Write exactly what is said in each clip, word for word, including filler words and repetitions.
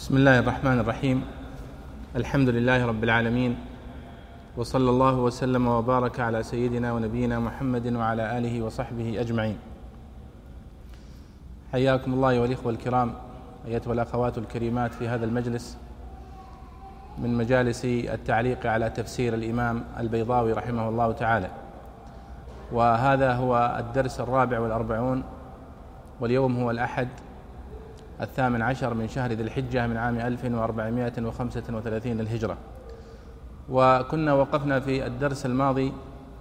بسم الله الرحمن الرحيم. الحمد لله رب العالمين، وصلى الله وسلم وبارك على سيدنا ونبينا محمد وعلى آله وصحبه أجمعين. حياكم الله والإخوة الكرام أيتها الأخوات الكريمات في هذا المجلس من مجالس التعليق على تفسير الإمام البيضاوي رحمه الله تعالى، وهذا هو الدرس الرابع والأربعون، واليوم هو الأحد الثامن عشر من شهر ذي الحجة من عام ألف وأربعمائة وخمسة وثلاثين للهجرة. وكنا وقفنا في الدرس الماضي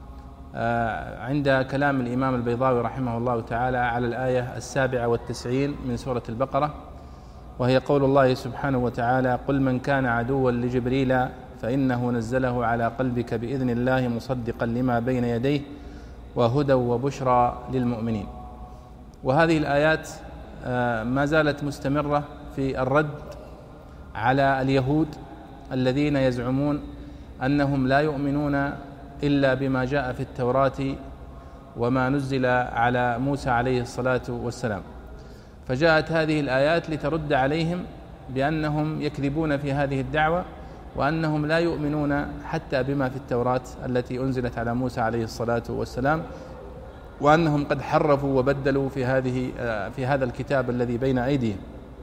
عند كلام الإمام البيضاوي رحمه الله تعالى على الآية السابعة والتسعين من سورة البقرة، وهي قول الله سبحانه وتعالى: قل من كان عدوا لجبريل فإنه نزله على قلبك بإذن الله مصدقا لما بين يديه وهدى وبشرى للمؤمنين. وهذه الآيات ما زالت مستمرة في الرد على اليهود الذين يزعمون أنهم لا يؤمنون إلا بما جاء في التوراة وما نزل على موسى عليه الصلاة والسلام. فجاءت هذه الآيات لترد عليهم بأنهم يكذبون في هذه الدعوة، وأنهم لا يؤمنون حتى بما في التوراة التي أنزلت على موسى عليه الصلاة والسلام، وأنهم قد حرفوا وبدلوا في هذه في هذا الكتاب الذي بين أيديهم.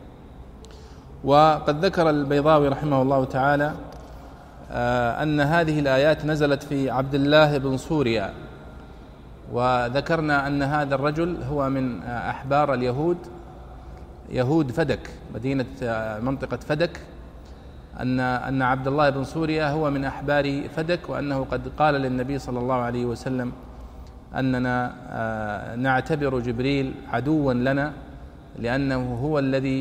وقد ذكر البيضاوي رحمه الله تعالى أن هذه الآيات نزلت في عبد الله بن سوريا، وذكرنا أن هذا الرجل هو من أحبار اليهود، يهود فدك، مدينة منطقة فدك، أن أن عبد الله بن سوريا هو من أحبار فدك، وأنه قد قال للنبي صلى الله عليه وسلم أننا نعتبر جبريل عدوا لنا، لأنه هو الذي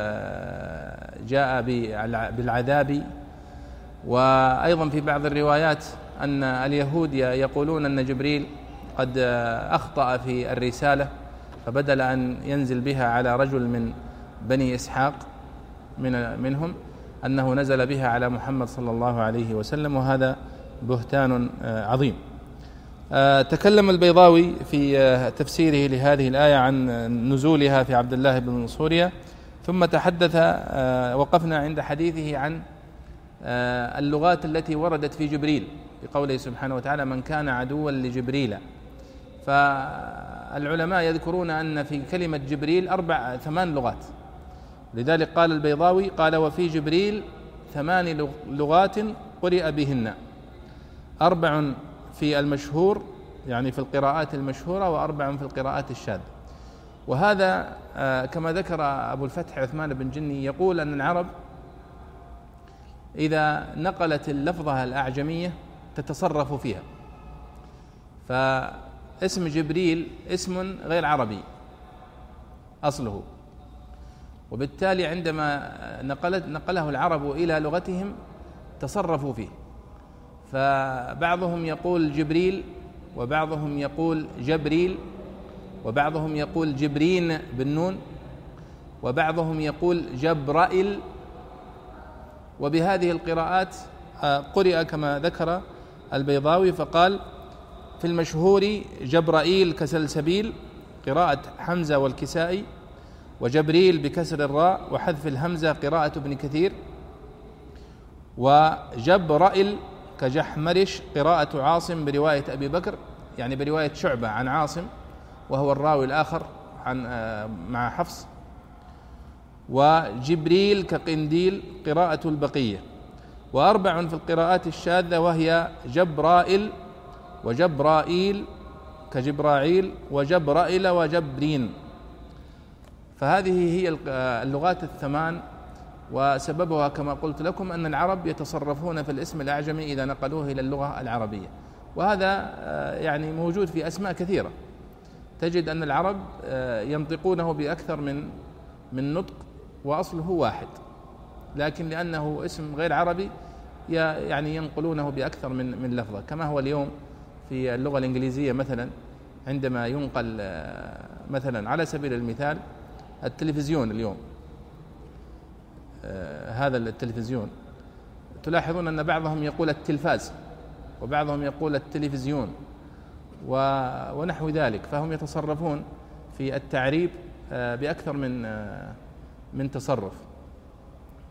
جاء بالعذاب. وأيضا في بعض الروايات أن اليهود يقولون أن جبريل قد أخطأ في الرسالة، فبدل أن ينزل بها على رجل من بني إسحاق من منهم أنه نزل بها على محمد صلى الله عليه وسلم، وهذا بهتان عظيم. تكلم البيضاوي في تفسيره لهذه الآية عن نزولها في عبد الله بن سوريا، ثم تحدث وقفنا عند حديثه عن اللغات التي وردت في جبريل بقوله سبحانه وتعالى: من كان عدوا لجبريل. فالعلماء يذكرون أن في كلمة جبريل أربع ثمان لغات، لذلك قال البيضاوي قال: وفي جبريل ثمان لغات قرئ بهن، أربع في المشهور يعني في القراءات المشهورة، وأربع في القراءات الشاذة. وهذا كما ذكر أبو الفتح عثمان بن جني يقول أن العرب إذا نقلت اللفظة الأعجمية تتصرف فيها، فاسم جبريل اسم غير عربي أصله، وبالتالي عندما نقلت نقله العرب إلى لغتهم تصرفوا فيه، فبعضهم يقول جبريل، وبعضهم يقول جبريل، وبعضهم يقول جبرين بالنون، وبعضهم يقول جبرائيل. وبهذه القراءات قرئ كما ذكر البيضاوي، فقال: في المشهور جبرائيل كسلسبيل، قراءة حمزة والكسائي، وجبريل بكسر الراء وحذف الهمزة قراءة ابن كثير، وجبرائيل كجحمرش قراءة عاصم برواية أبي بكر، يعني برواية شعبة عن عاصم وهو الراوي الآخر عن مع حفص، وجبريل كقنديل قراءة البقية. وأربع في القراءات الشاذة وهي جبرائيل وجبرائيل كجبراعيل وجبرائيل وجبرين. فهذه هي اللغات الثمان، وسببها كما قلت لكم أن العرب يتصرفون في الاسم الأعجمي إذا نقلوه إلى اللغة العربية. وهذا يعني موجود في أسماء كثيرة، تجد أن العرب ينطقونه بأكثر من من نطق وأصله واحد، لكن لأنه اسم غير عربي يعني ينقلونه بأكثر من من لفظة، كما هو اليوم في اللغة الإنجليزية مثلا، عندما ينقل مثلا على سبيل المثال التلفزيون اليوم، هذا التلفزيون تلاحظون أن بعضهم يقول التلفاز، وبعضهم يقول التلفزيون ونحو ذلك، فهم يتصرفون في التعريب بأكثر من من تصرف.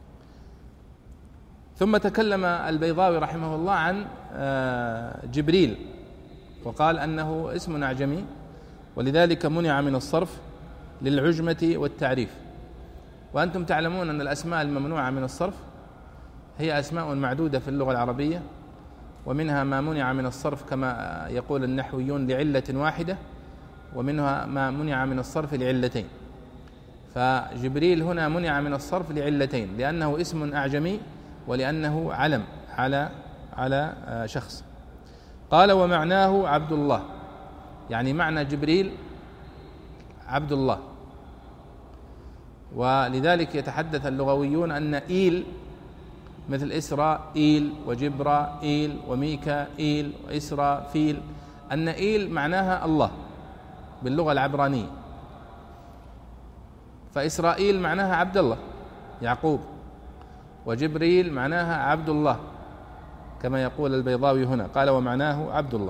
ثم تكلم البيضاوي رحمه الله عن جبريل وقال أنه اسم أعجمي، ولذلك منع من الصرف للعجمة والتعريف. وأنتم تعلمون أن الأسماء الممنوعة من الصرف هي أسماء معدودة في اللغة العربية، ومنها ما منع من الصرف كما يقول النحويون لعلة واحدة، ومنها ما منع من الصرف لعلتين. فجبريل هنا منع من الصرف لعلتين، لأنه اسم أعجمي ولأنه علم على على شخص. قال ومعناه عبد الله، يعني معنى جبريل عبد الله. ولذلك يتحدث اللغويون أن إيل مثل إسرائيل وجبرائيل وميكائيل وإسرافيل، أن إيل معناها الله باللغة العبرانية، فإسرائيل معناها عبد الله يعقوب، وجبريل معناها عبد الله كما يقول البيضاوي هنا، قال ومعناه عبد الله.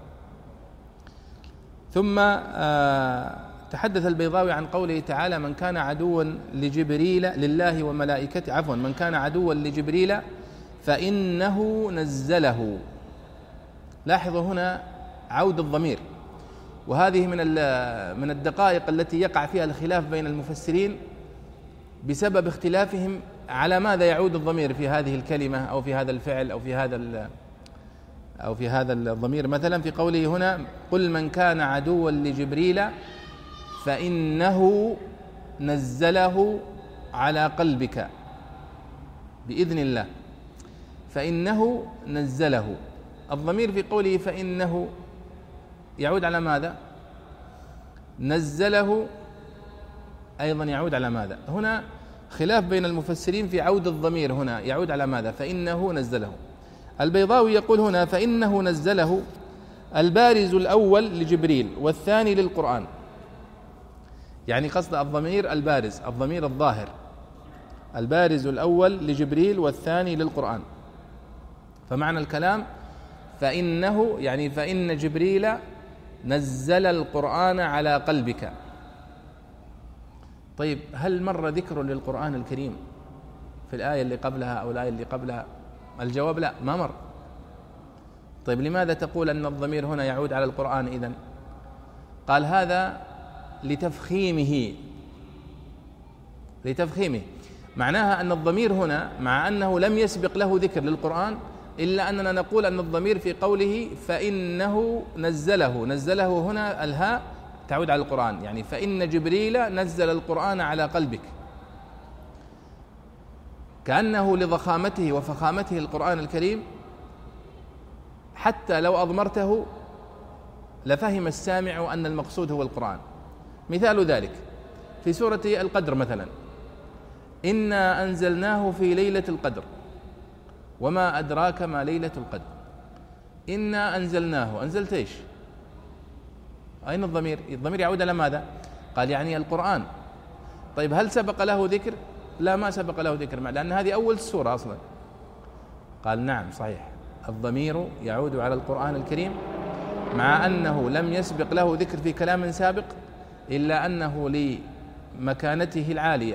ثم تحدث البيضاوي عن قوله تعالى من كان عدوا لجبريل لله وملائكته عفوا من كان عدوا لجبريل فإنه نزله. لاحظوا هنا عود الضمير، وهذه من من الدقائق التي يقع فيها الخلاف بين المفسرين بسبب اختلافهم على ماذا يعود الضمير في هذه الكلمة أو في هذا الفعل أو في هذا أو في هذا الضمير. مثلا في قوله هنا قل من كان عدوا لجبريل فإنه نزله على قلبك بإذن الله، فإنه نزله. الضمير في قوله فإنه يعود على ماذا؟ نزله أيضا يعود على ماذا؟ هنا خلاف بين المفسرين في عود الضمير هنا يعود على ماذا؟ فإنه نزله. البيضاوي يقول هنا فإنه نزله البارز الأول لجبريل والثاني للقرآن، يعني قصد الضمير البارز، الضمير الظاهر، البارز الأول لجبريل والثاني للقرآن. فمعنى الكلام فإنه يعني فإن جبريل نزل القرآن على قلبك. طيب هل مر ذكر للقرآن الكريم في الآية اللي قبلها أو الآية اللي قبلها؟ الجواب لا، ما مر. طيب لماذا تقول أن الضمير هنا يعود على القرآن إذن؟ قال هذا لتفخيمه لتفخيمه معناها أن الضمير هنا مع أنه لم يسبق له ذكر للقرآن، إلا أننا نقول أن الضمير في قوله فإنه نزله، نزله هنا الهاء تعود على القرآن، يعني فإن جبريل نزل القرآن على قلبك، كأنه لضخامته وفخامته القرآن الكريم حتى لو أضمرته لفهم السامع أن المقصود هو القرآن. مثال ذلك في سورة القدر مثلا إنا أنزلناه في ليلة القدر وما أدراك ما ليلة القدر. إنا أنزلناه، أنزلت إيش؟ أين الضمير؟ الضمير يعود على ماذا؟ قال يعني القرآن. طيب هل سبق له ذكر؟ لا، ما سبق له ذكر، لأن هذه أول السورة أصلا. قال نعم صحيح، الضمير يعود على القرآن الكريم مع أنه لم يسبق له ذكر في كلام سابق، إلا أنه لمكانته العالية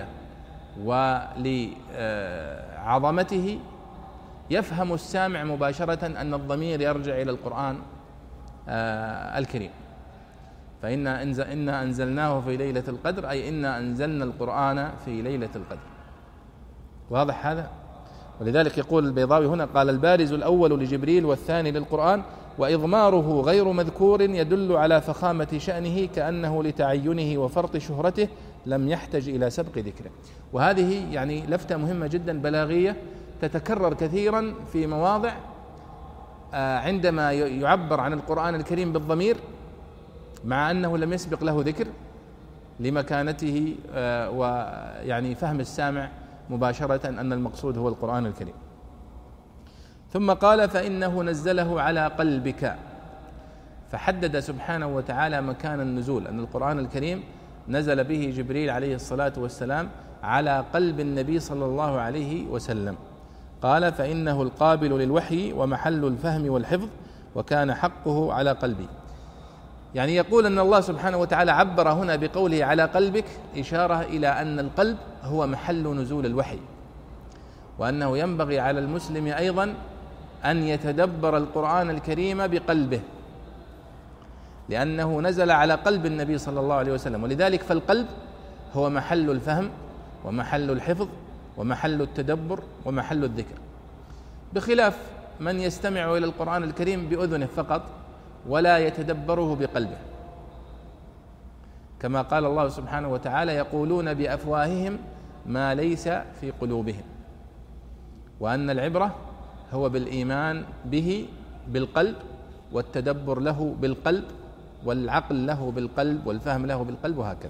ولعظمته يفهم السامع مباشرة أن الضمير يرجع إلى القرآن الكريم. فإنا إنا أنزلناه في ليلة القدر أي إنا أنزلنا القرآن في ليلة القدر. واضح هذا؟ ولذلك يقول البيضاوي هنا قال البارز الأول لجبريل والثاني للقرآن، وإضماره غير مذكور يدل على فخامة شأنه كأنه لتعينه وفرط شهرته لم يحتج إلى سبق ذكره. وهذه يعني لفتة مهمة جدا بلاغية تتكرر كثيرا في مواضع عندما يعبر عن القرآن الكريم بالضمير مع أنه لم يسبق له ذكر لمكانته ويعني فهم السامع مباشرة أن المقصود هو القرآن الكريم. ثم قال فإنه نزله على قلبك، فحدد سبحانه وتعالى مكان النزول، أن القرآن الكريم نزل به جبريل عليه الصلاة والسلام على قلب النبي صلى الله عليه وسلم. قال فإنه القابل للوحي ومحل الفهم والحفظ وكان حقه على قلبي. يعني يقول أن الله سبحانه وتعالى عبر هنا بقوله على قلبك إشارة إلى أن القلب هو محل نزول الوحي، وأنه ينبغي على المسلم أيضا أن يتدبر القرآن الكريم بقلبه، لأنه نزل على قلب النبي صلى الله عليه وسلم، ولذلك فالقلب هو محل الفهم ومحل الحفظ ومحل التدبر ومحل الذكر، بخلاف من يستمع إلى القرآن الكريم بأذنه فقط ولا يتدبره بقلبه، كما قال الله سبحانه وتعالى: يقولون بأفواههم ما ليس في قلوبهم، وأن العبرة هو بالإيمان به بالقلب، والتدبر له بالقلب، والعقل له بالقلب، والفهم له بالقلب، وهكذا.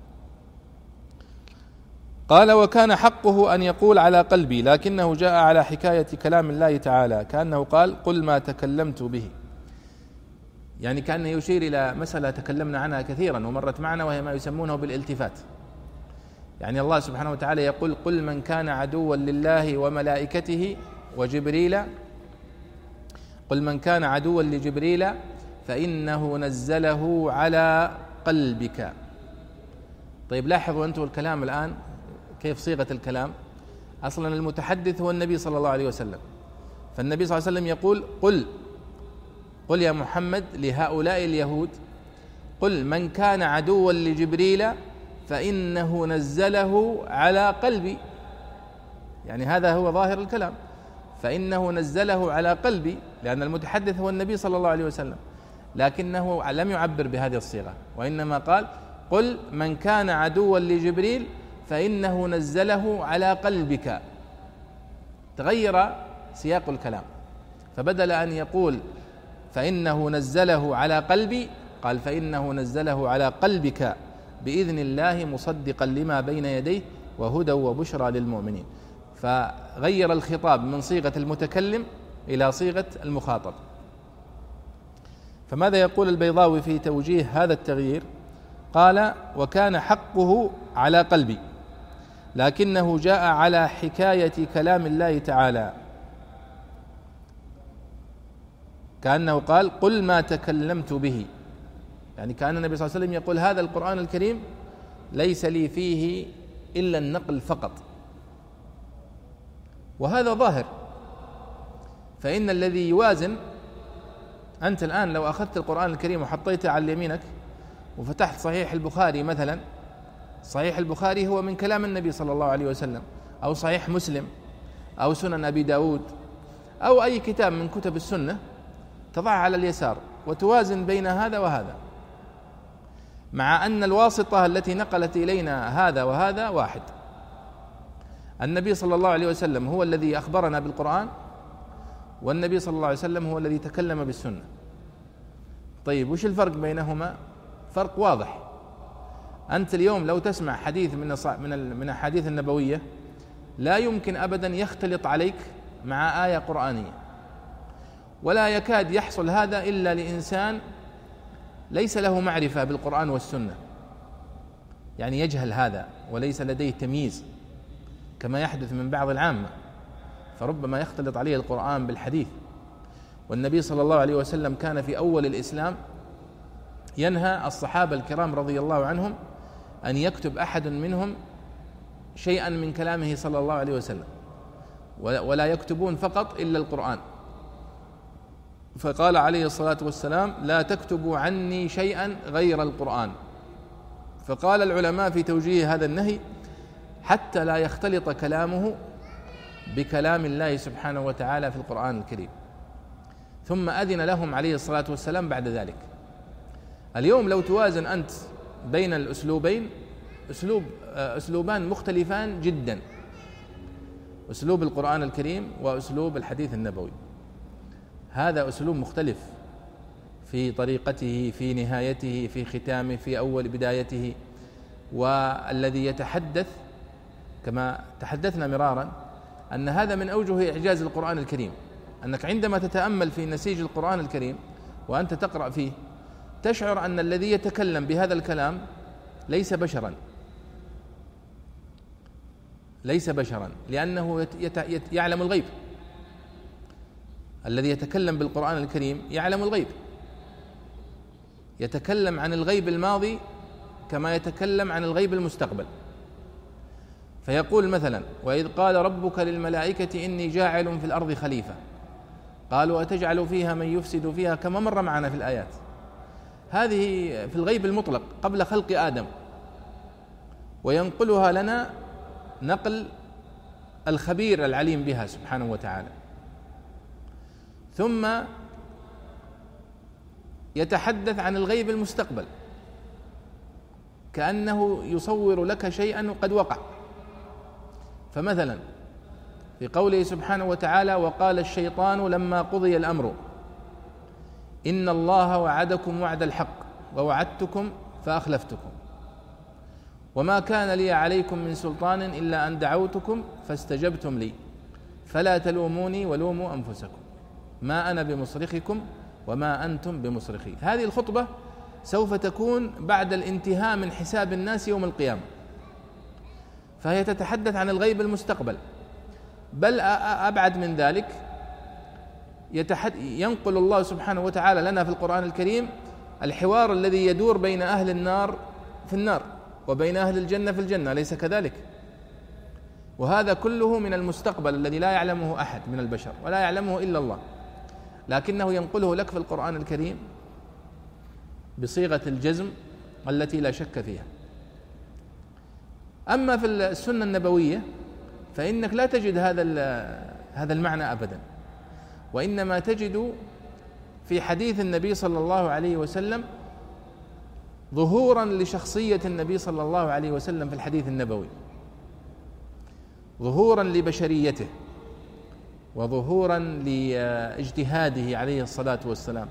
قال: وكان حقه أن يقول على قلبي، لكنه جاء على حكاية كلام الله تعالى، كأنه قال: قل ما تكلمت به، يعني كأنه يشير إلى مسألة تكلمنا عنها كثيرا ومرت معنا، وهي ما يسمونه بالالتفات. يعني الله سبحانه وتعالى يقول: قل من كان عدوا لله وملائكته وجبريل قل من كان عدوا لجبريل فإنه نزله على قلبك. طيب لاحظوا أنتم الكلام الآن كيف صيغة الكلام. أصلا المتحدث هو النبي صلى الله عليه وسلم، فالنبي صلى الله عليه وسلم يقول: قل قل يا محمد لهؤلاء اليهود، قل من كان عدوا لجبريل فإنه نزله على قلبي، يعني هذا هو ظاهر الكلام، فإنه نزله على قلبي، لأن المتحدث هو النبي صلى الله عليه وسلم، لكنه لم يعبر بهذه الصيغة، وإنما قال: قل من كان عدوا لجبريل فإنه نزله على قلبك. تغير سياق الكلام، فبدل أن يقول فإنه نزله على قلبي قال: فإنه نزله على قلبك بإذن الله مصدقا لما بين يديه وهدى وبشرى للمؤمنين. فغير الخطاب من صيغة المتكلم إلى صيغة المخاطب. فماذا يقول البيضاوي في توجيه هذا التغيير؟ قال: وكان حقه على قلبي، لكنه جاء على حكاية كلام الله تعالى، كأنه قال: قل ما تكلمت به، يعني كأن النبي صلى الله عليه وسلم يقول: هذا القرآن الكريم ليس لي فيه إلا النقل فقط. وهذا ظاهر، فإن الذي يوازن، أنت الآن لو أخذت القرآن الكريم وحطيته على يمينك وفتحت صحيح البخاري مثلا، صحيح البخاري هو من كلام النبي صلى الله عليه وسلم، أو صحيح مسلم، أو سنن أبي داود، أو أي كتاب من كتب السنة، تضعه على اليسار وتوازن بين هذا وهذا، مع أن الواسطة التي نقلت إلينا هذا وهذا واحد. النبي صلى الله عليه وسلم هو الذي أخبرنا بالقرآن، والنبي صلى الله عليه وسلم هو الذي تكلم بالسنة. طيب وش الفرق بينهما؟ فرق واضح. أنت اليوم لو تسمع حديث من من من الأحاديث النبوية لا يمكن أبدا يختلط عليك مع آية قرآنية، ولا يكاد يحصل هذا إلا لإنسان ليس له معرفة بالقرآن والسنة، يعني يجهل هذا وليس لديه تمييز، كما يحدث من بعض العامة، فربما يختلط عليه القرآن بالحديث. والنبي صلى الله عليه وسلم كان في أول الإسلام ينهى الصحابة الكرام رضي الله عنهم أن يكتب أحد منهم شيئا من كلامه صلى الله عليه وسلم، ولا يكتبون فقط إلا القرآن. فقال عليه الصلاة والسلام: لا تكتبوا عني شيئا غير القرآن. فقال العلماء في توجيه هذا النهي: حتى لا يختلط كلامه بكلام الله سبحانه وتعالى في القرآن الكريم. ثم أذن لهم عليه الصلاة والسلام بعد ذلك. اليوم لو توازن أنت بين الأسلوبين، أسلوب أسلوبان مختلفان جدا، أسلوب القرآن الكريم وأسلوب الحديث النبوي. هذا أسلوب مختلف في طريقته، في نهايته، في ختامه، في أول بدايته، والذي يتحدث كما تحدثنا مرارا أن هذا من أوجه إعجاز القرآن الكريم، أنك عندما تتأمل في نسيج القرآن الكريم وأنت تقرأ فيه تشعر أن الذي يتكلم بهذا الكلام ليس بشرا، ليس بشرا لأنه يعلم الغيب. الذي يتكلم بالقرآن الكريم يعلم الغيب، يتكلم عن الغيب الماضي كما يتكلم عن الغيب المستقبل. فيقول مثلا: وإذ قال ربك للملائكة إني جاعل في الأرض خليفة قالوا أتجعل فيها من يفسد فيها، كما مر معنا في الآيات. هذه في الغيب المطلق قبل خلق آدم، وينقلها لنا نقل الخبير العليم بها سبحانه وتعالى. ثم يتحدث عن الغيب المستقبل كأنه يصور لك شيئا قد وقع. فمثلا في قوله سبحانه وتعالى: وقال الشيطان لما قضي الأمر إن الله وعدكم وعد الحق ووعدتكم فأخلفتكم وما كان لي عليكم من سلطان إلا أن دعوتكم فاستجبتم لي فلا تلوموني ولوموا أنفسكم ما أنا بمصرخكم وما أنتم بمصرخي. هذه الخطبة سوف تكون بعد الانتهاء من حساب الناس يوم القيامة، فهي تتحدث عن الغيب المستقبل. بل أبعد من ذلك، ينقل الله سبحانه وتعالى لنا في القرآن الكريم الحوار الذي يدور بين أهل النار في النار وبين أهل الجنة في الجنة، أليس كذلك؟ وهذا كله من المستقبل الذي لا يعلمه أحد من البشر ولا يعلمه إلا الله، لكنه ينقله لك في القرآن الكريم بصيغة الجزم التي لا شك فيها. أما في السنة النبوية فإنك لا تجد هذا هذا المعنى أبدا، وإنما تجد في حديث النبي صلى الله عليه وسلم ظهورا لشخصية النبي صلى الله عليه وسلم في الحديث النبوي، ظهورا لبشريته وظهورا لاجتهاده عليه الصلاة والسلام،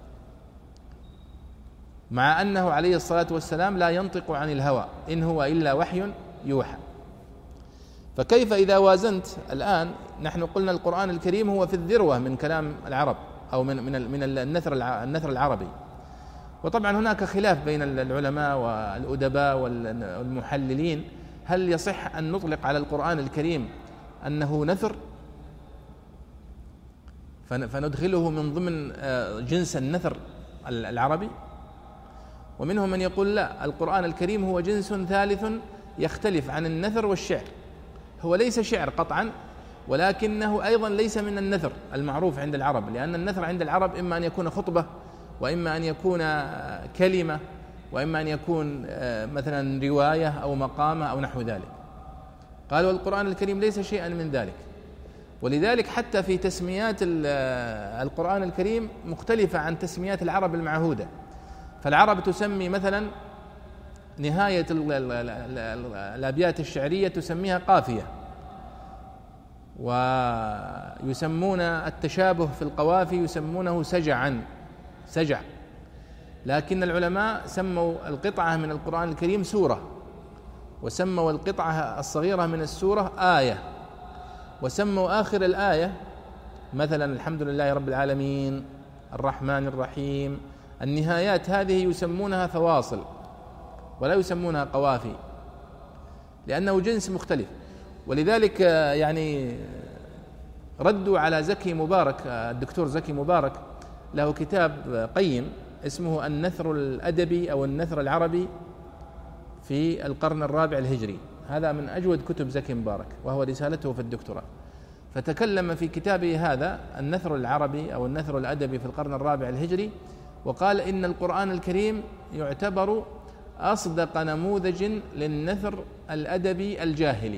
مع أنه عليه الصلاة والسلام لا ينطق عن الهوى إن هو إلا وحي يوحى. فكيف إذا وازنت الآن، نحن قلنا القرآن الكريم هو في الذروة من كلام العرب أو من من من النثر النثر العربي، وطبعا هناك خلاف بين العلماء والأدباء والمحللين هل يصح أن نطلق على القرآن الكريم أنه نثر فندخله من ضمن جنس النثر العربي، ومنهم من يقول لا، القرآن الكريم هو جنس ثالث يختلف عن النثر والشعر، هو ليس شعر قطعا ولكنه أيضا ليس من النثر المعروف عند العرب، لأن النثر عند العرب إما أن يكون خطبة وإما أن يكون كلمة وإما أن يكون مثلا رواية أو مقامة أو نحو ذلك. قالوا القرآن الكريم ليس شيئا من ذلك، ولذلك حتى في تسميات القرآن الكريم مختلفة عن تسميات العرب المعهودة. فالعرب تسمي مثلا نهاية الأبيات الشعرية تسميها قافية، ويسمون التشابه في القوافي يسمونه سجعا سجع، لكن العلماء سموا القطعة من القرآن الكريم سورة، وسموا القطعة الصغيرة من السورة آية، وسموا آخر الآية مثلا الحمد لله رب العالمين الرحمن الرحيم. النهايات هذه يسمونها فواصل ولا يسمونها قوافي لأنه جنس مختلف. ولذلك يعني ردوا على زكي مبارك، الدكتور زكي مبارك له كتاب قيم اسمه النثر الأدبي أو النثر العربي في القرن الرابع الهجري، هذا من أجود كتب زكي مبارك وهو رسالته في الدكتوراه. فتكلم في كتابه هذا النثر العربي أو النثر الأدبي في القرن الرابع الهجري، وقال إن القرآن الكريم يعتبر أصدق نموذج للنثر الأدبي الجاهلي،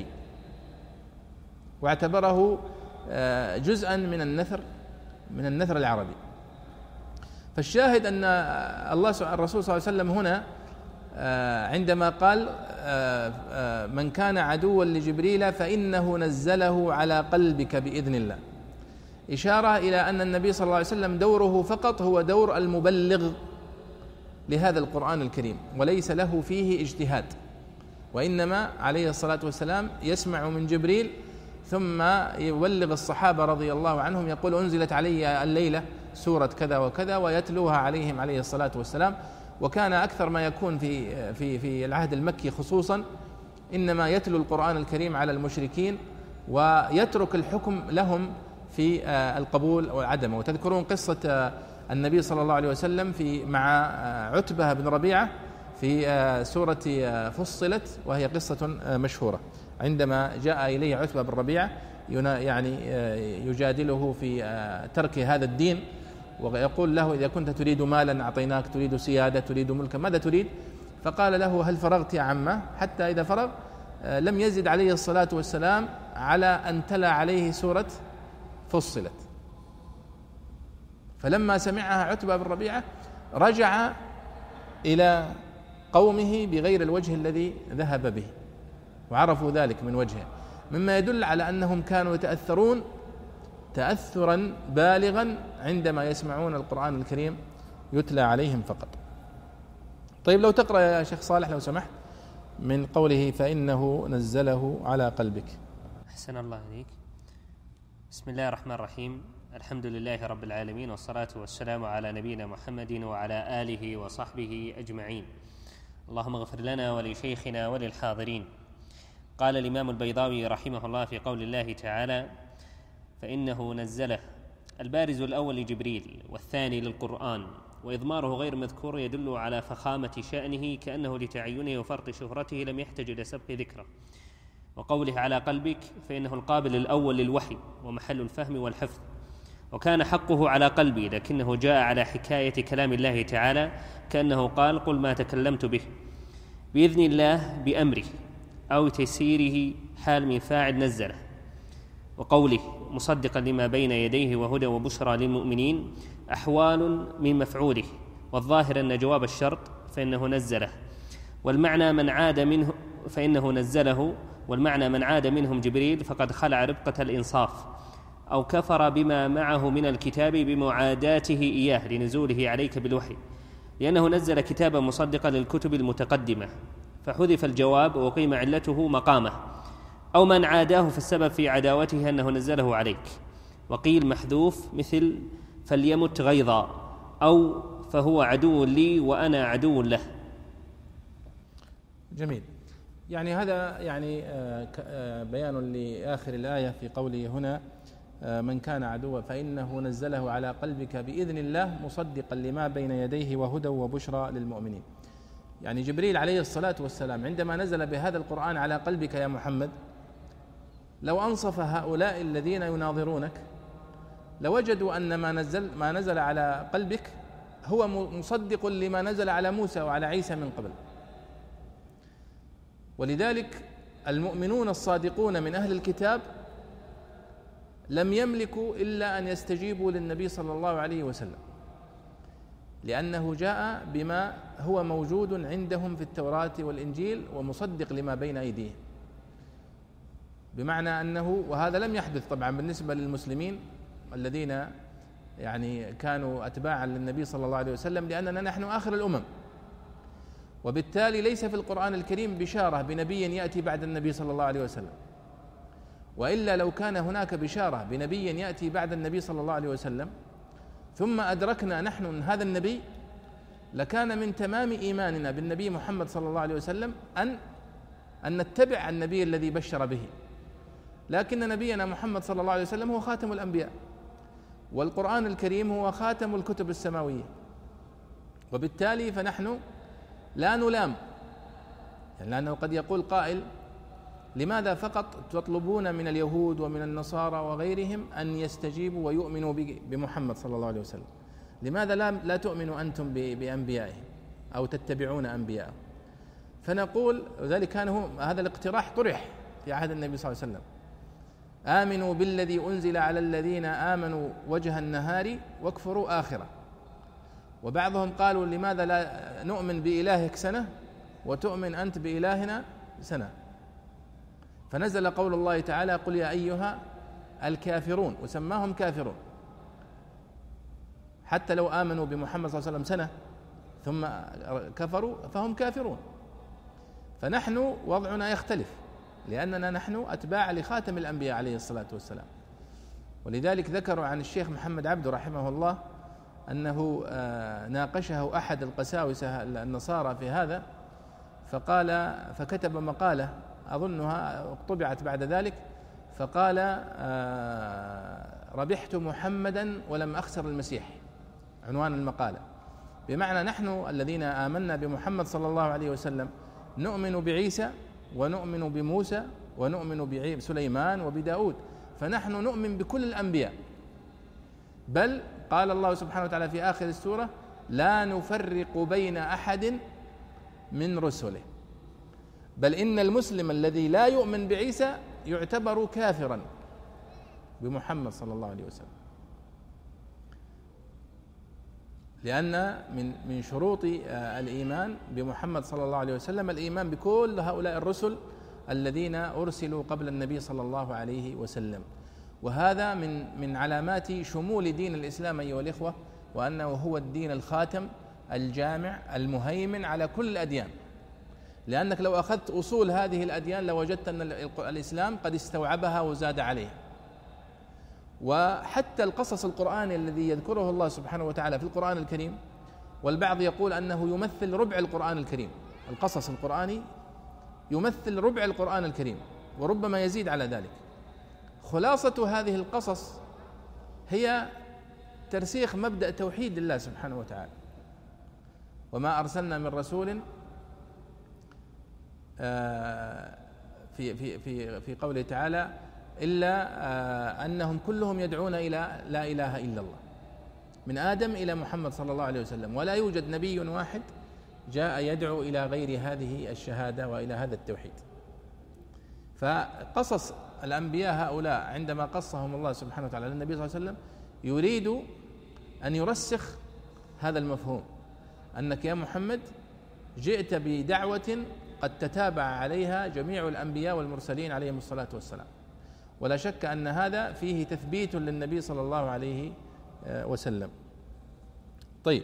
واعتبره جزءا من النثر من النثر العربي. فالشاهد أن الله الرسول صلى الله عليه وسلم هنا عندما قال من كان عدوا لجبريل فإنه نزله على قلبك بإذن الله، إشارة إلى أن النبي صلى الله عليه وسلم دوره فقط هو دور المبلغ لهذا القرآن الكريم، وليس له فيه اجتهاد، وإنما عليه الصلاة والسلام يسمع من جبريل ثم يبلغ الصحابة رضي الله عنهم، يقول أنزلت علي الليلة سورة كذا وكذا ويتلوها عليهم عليه الصلاة والسلام. وكان أكثر ما يكون في في في العهد المكي خصوصا إنما يتلو القرآن الكريم على المشركين ويترك الحكم لهم في القبول وعدمه. وتذكرون قصة النبي صلى الله عليه وسلم في مع عتبة بن ربيعة في سورة فصلت، وهي قصة مشهورة، عندما جاء إليه عتبة بن ربيعة يعني يجادله في ترك هذا الدين، ويقول له: إذا كنت تريد مالا أعطيناك، تريد سيادة، تريد ملكا، ماذا تريد؟ فقال له: هل فرغت يا عمه؟ حتى إذا فرغ لم يزد عليه الصلاة والسلام على أن تلا عليه سورة فصلت. فلما سمعها عتبة بن ربيعة رجع إلى قومه بغير الوجه الذي ذهب به، وعرفوا ذلك من وجهه، مما يدل على أنهم كانوا يتأثرون تأثرا بالغا عندما يسمعون القرآن الكريم يتلى عليهم فقط. طيب، لو تقرأ يا شيخ صالح لو سمحت من قوله: فإنه نزله على قلبك. أحسن الله إليك. بسم الله الرحمن الرحيم، الحمد لله رب العالمين، والصلاة والسلام على نبينا محمد وعلى آله وصحبه أجمعين. اللهم اغفر لنا ولشيخنا وللحاضرين. قال الإمام البيضاوي رحمه الله في قول الله تعالى: فإنه نزله. البارز الأول لجبريل، والثاني للقرآن، وإضماره غير مذكور يدل على فخامة شأنه، كأنه لتعينه وفرط شهرته لم يحتج إلى سبق ذكره. وقوله على قلبك فإنه القابل الأول للوحي ومحل الفهم والحفظ، وكان حقه على قلبي، لكنه جاء على حكاية كلام الله تعالى، كأنه قال: قل ما تكلمت به بإذن الله بأمره، أو تيسيره حال من فاعل نزله. وقوله مصدقا لما بين يديه وهدى وبشرى للمؤمنين أحوال من مفعوله، والظاهر أن جواب الشرط فإنه نزله، والمعنى من عاد منه فإنه نزله والمعنى من عاد منهم جبريل فقد خلع ربقة الإنصاف، أو كفر بما معه من الكتاب بمعاداته إياه لنزوله عليك بالوحي، لأنه نزل كتابا مصدقا للكتب المتقدمة، فحذف الجواب وقيم علته مقامه. أو من عاداه فالسبب في عداوته أنه نزله عليك. وقيل محذوف مثل فليمت غيظا، أو فهو عدو لي وأنا عدو له. جميل. يعني هذا يعني بيان لآخر الآية في قوله هنا: من كان عدوا فإنه نزله على قلبك بإذن الله مصدقا لما بين يديه وهدى وبشرى للمؤمنين. يعني جبريل عليه الصلاة والسلام عندما نزل بهذا القرآن على قلبك يا محمد، لو أنصف هؤلاء الذين يناظرونك لوجدوا أن ما نزل ما نزل على قلبك هو مصدق لما نزل على موسى وعلى عيسى من قبل. ولذلك المؤمنون الصادقون من أهل الكتاب لم يملكوا إلا أن يستجيبوا للنبي صلى الله عليه وسلم، لأنه جاء بما هو موجود عندهم في التوراة والإنجيل ومصدق لما بين أيديهم، بمعنى أنه، وهذا لم يحدث طبعا بالنسبة للمسلمين الذين يعني كانوا أتباعا للنبي صلى الله عليه وسلم، لأننا نحن آخر الأمم، وبالتالي ليس في القرآن الكريم بشارة بنبي يأتي بعد النبي صلى الله عليه وسلم، وإلا لو كان هناك بشارة بنبي يأتي بعد النبي صلى الله عليه وسلم ثم أدركنا نحن من هذا النبي، لكان من تمام إيماننا بالنبي محمد صلى الله عليه وسلم أن أن نتبع النبي الذي بشر به. لكن نبينا محمد صلى الله عليه وسلم هو خاتم الأنبياء، والقرآن الكريم هو خاتم الكتب السماوية، وبالتالي فنحن لا نلام، يعني لأنه قد يقول قائل: لماذا فقط تطلبون من اليهود ومن النصارى وغيرهم أن يستجيبوا ويؤمنوا بمحمد صلى الله عليه وسلم؟ لماذا لا, لا تؤمنوا أنتم بأنبيائهم أو تتبعون أنبيائهم؟ فنقول، وذلك كان هو هذا الاقتراح طرح في عهد النبي صلى الله عليه وسلم: آمنوا بالذي أنزل على الذين آمنوا وجه النهار واكفروا آخره. وبعضهم قالوا: لماذا لا نؤمن بإلهك سنة وتؤمن أنت بإلهنا سنة؟ فنزل قول الله تعالى: قل يا أيها الكافرون، وسماهم كافرون، حتى لو آمنوا بمحمد صلى الله عليه وسلم سنة ثم كفروا فهم كافرون. فنحن وضعنا يختلف، لأننا نحن أتباع لخاتم الأنبياء عليه الصلاة والسلام. ولذلك ذكروا عن الشيخ محمد عبده رحمه الله أنه ناقشه أحد القساوسة النصارى في هذا، فقال فكتب مقالة أظنها طبعت بعد ذلك، فقال: ربحت محمدا ولم أخسر المسيح، عنوان المقالة. بمعنى نحن الذين آمنا بمحمد صلى الله عليه وسلم نؤمن بعيسى ونؤمن بموسى ونؤمن بسليمان وبداود، فنحن نؤمن بكل الأنبياء، بل قال الله سبحانه وتعالى في آخر السورة لا نفرق بين أحد من رسله، بل إن المسلم الذي لا يؤمن بعيسى يعتبر كافرا بمحمد صلى الله عليه وسلم، لأن من من شروط الإيمان بمحمد صلى الله عليه وسلم الإيمان بكل هؤلاء الرسل الذين أرسلوا قبل النبي صلى الله عليه وسلم. وهذا من من علامات شمول دين الإسلام أيها الإخوة، وأنه هو الدين الخاتم الجامع المهيمن على كل الأديان، لأنك لو أخذت أصول هذه الأديان لوجدت أن الإسلام قد استوعبها وزاد عليها. وحتى القصص القرآني الذي يذكره الله سبحانه وتعالى في القرآن الكريم، والبعض يقول أنه يمثل ربع القرآن الكريم، القصص القرآني يمثل ربع القرآن الكريم وربما يزيد على ذلك. خلاصة هذه القصص هي ترسيخ مبدأ توحيد الله سبحانه وتعالى، وما أرسلنا من رسول في في في في قوله تعالى إلا أنهم كلهم يدعون إلى لا إله إلا الله، من آدم إلى محمد صلى الله عليه وسلم، ولا يوجد نبي واحد جاء يدعو إلى غير هذه الشهادة وإلى هذا التوحيد. فقصص الأنبياء هؤلاء عندما قصهم الله سبحانه وتعالى للنبي صلى الله عليه وسلم يريد أن يرسخ هذا المفهوم، أنك يا محمد جئت بدعوة قد تتابع عليها جميع الأنبياء والمرسلين عليهم الصلاة والسلام، ولا شك أن هذا فيه تثبيت للنبي صلى الله عليه وسلم. طيب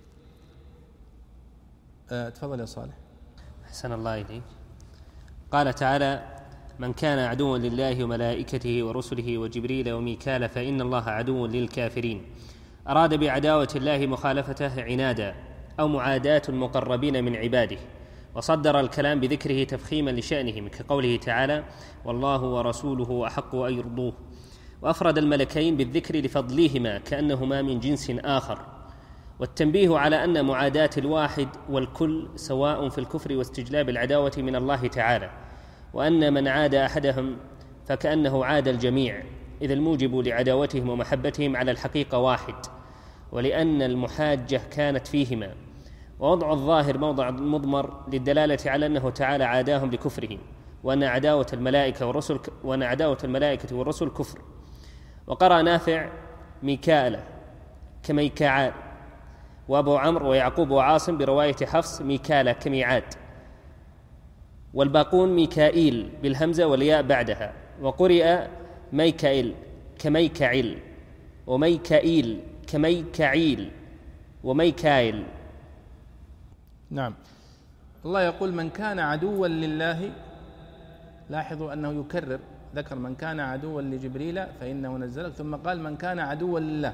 تفضل يا صالح. أحسن الله إليك. قال تعالى من كان عدوا لله وملائكته ورسله وجبريل وميكال فإن الله عدو للكافرين. أراد بعداوة الله مخالفته عنادا أو معاداة المقربين من عباده، وصدر الكلام بذكره تفخيما لشأنهم كقوله تعالى والله ورسوله أحق أن يرضوه، وأفرد الملكين بالذكر لفضلهما كأنهما من جنس آخر، والتنبيه على أن معاداة الواحد والكل سواء في الكفر واستجلاب العداوة من الله تعالى، وأن من عاد أحدهم فكأنه عاد الجميع، إذ الموجب لعداوتهم ومحبتهم على الحقيقة واحد، ولأن المحاجة كانت فيهما، ووضع الظاهر موضع المضمر للدلالة على أنه تعالى عاداهم لكفرهم، وأن عداوة الملائكة والرسل وأن عداوة الملائكة والرسل كفر. وقرأ نافع ميكال كميكاعال، وأبو عمرو ويعقوب وعاصم برواية حفص ميكال كميعاد، والباقون ميكائيل بالهمزة والياء بعدها، وقرئ ميكائيل كميكعيل وميكائيل كميكعيل وميكائيل. نعم. الله يقول من كان عدوا لله، لاحظوا أنه يكرر، ذكر من كان عدوا لجبريل فإنه نزله، ثم قال من كان عدوا لله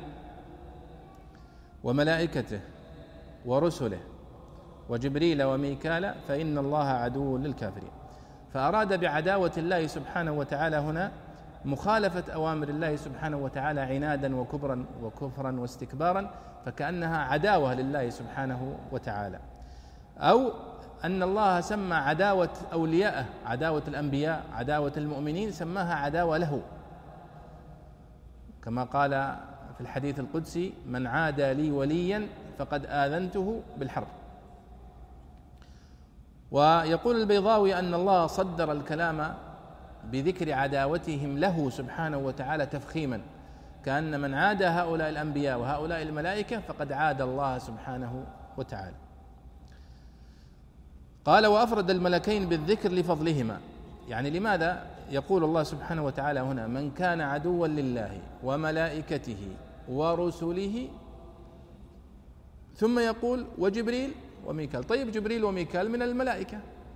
وملائكته ورسله وجبريل وميكال فإن الله عدو للكافرين. فأراد بعداوة الله سبحانه وتعالى هنا مخالفة أوامر الله سبحانه وتعالى عنادا وكبرا وكفرا واستكبارا، فكأنها عداوة لله سبحانه وتعالى، أو أن الله سمى عداوة أولياءه، عداوة الأنبياء، عداوة المؤمنين، سماها عداوة له، كما قال في الحديث القدسي من عادى لي وليا فقد آذنته بالحرب. ويقول البيضاوي أن الله صدر الكلام بذكر عداوتهم له سبحانه وتعالى تفخيما، كأن من عاد هؤلاء الأنبياء وهؤلاء الملائكة فقد عاد الله سبحانه وتعالى. قال وأفرد الملكين بالذكر لفضلهما، يعني لماذا يقول الله سبحانه وتعالى هنا من كان عدوا لله وملائكته ورسله، ثم يقول وجبريل وميكال؟ طيب جبريل وميكال من الملائكة،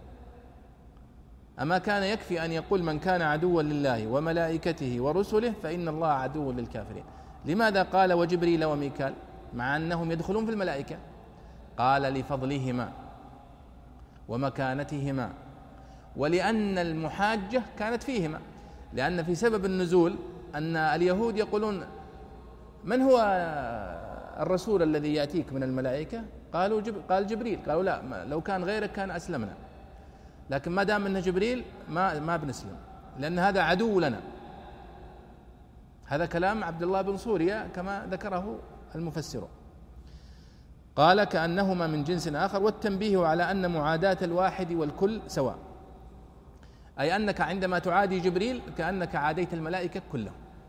أما كان يكفي أن يقول من كان عدوا لله وملائكته ورسله فإن الله عدو للكافرين؟ لماذا قال وجبريل وميكال مع أنهم يدخلون في الملائكة؟ قال لفضلهما ومكانتهما، ولأن المحاجة كانت فيهما، لأن في سبب النزول أن اليهود يقولون من هو الرسول الذي يأتيك من الملائكة؟ قالوا جب قال جبريل، قالوا لا لو كان غيرك كان أسلمنا، لكن ما دام أنه جبريل ما ما بنسلم لأن هذا عدو لنا. هذا كلام عبد الله بن صوريا كما ذكره المفسرون. قال كأنهما من جنس آخر، والتنبيه على أن معاداة الواحد والكل سواء، أي أنك عندما تعادي جبريل كأنك عاديت الملائكة كلهم،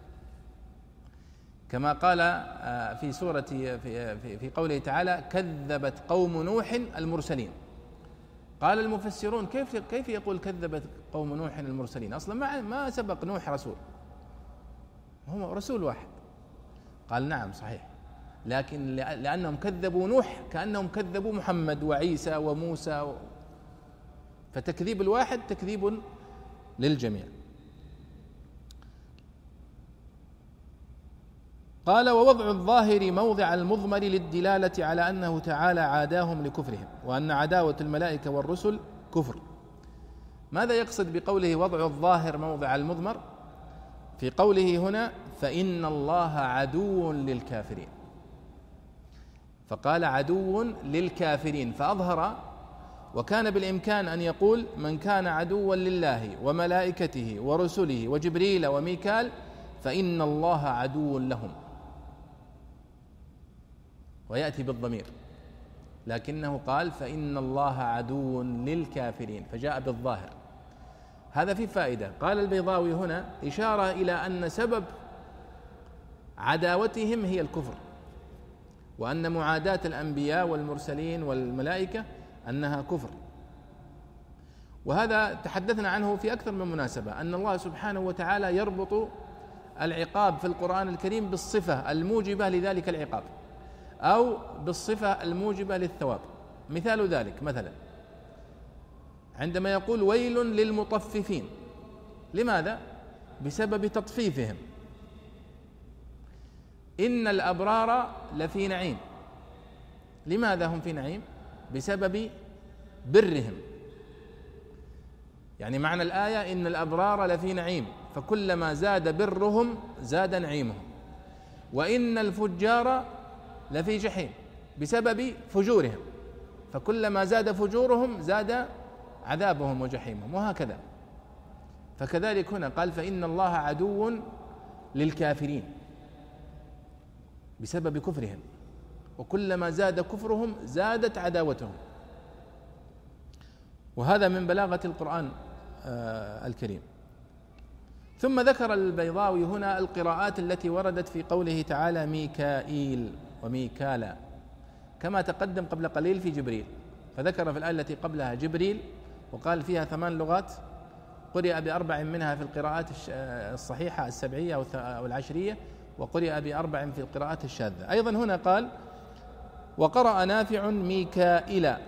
كما قال في سورة في, في, في قوله تعالى كذبت قوم نوح المرسلين. قال المفسرون كيف كيف يقول كذبت قوم نوح المرسلين؟ أصلا ما ما سبق نوح رسول، هو رسول واحد. قال نعم صحيح، لكن لأنهم كذبوا نوح كأنهم كذبوا محمد وعيسى وموسى و... فتكذيب الواحد تكذيب للجميع. قال ووضع الظاهر موضع المضمر للدلالة على أنه تعالى عاداهم لكفرهم، وأن عداوة الملائكة والرسل كفر. ماذا يقصد بقوله وضع الظاهر موضع المضمر؟ في قوله هنا فإن الله عدو للكافرين، فقال عدو للكافرين فأظهر، وكان بالإمكان أن يقول من كان عدوا لله وملائكته ورسله وجبريل وميكال فإن الله عدو لهم، ويأتي بالضمير، لكنه قال فإن الله عدو للكافرين فجاء بالظاهر. هذا في فائدة. قال البيضاوي هنا إشارة إلى أن سبب عداوتهم هي الكفر، وأن معاداة الأنبياء والمرسلين والملائكة أنها كفر. وهذا تحدثنا عنه في أكثر من مناسبة، أن الله سبحانه وتعالى يربط العقاب في القرآن الكريم بالصفة الموجبة لذلك العقاب أو بالصفة الموجبة للثواب. مثال ذلك مثلا عندما يقول ويل للمطففين، لماذا؟ بسبب تطفيفهم. إن الأبرار لفي نعيم، لماذا هم في نعيم؟ بسبب برهم. يعني معنى الآية إن الأبرار لفي نعيم، فكلما زاد برهم زاد نعيمهم. وإن الفجار لفي جحيم بسبب فجورهم، فكلما زاد فجورهم زاد عذابهم وجحيمهم، وهكذا. فكذلك هنا قال فإن الله عدو للكافرين بسبب كفرهم، وكلما زاد كفرهم زادت عداوتهم. وهذا من بلاغة القرآن الكريم. ثم ذكر البيضاوي هنا القراءات التي وردت في قوله تعالى ميكائيل وميكالا، كما تقدم قبل قليل في جبريل، فذكر في الآية التي قبلها جبريل وقال فيها ثمان لغات، قرئ بأربع منها في القراءات الصحيحة السبعية أو العشرية، وقرئ بأربع في القراءات الشاذة. أيضا هنا قال وقرأ نافع ميكائيل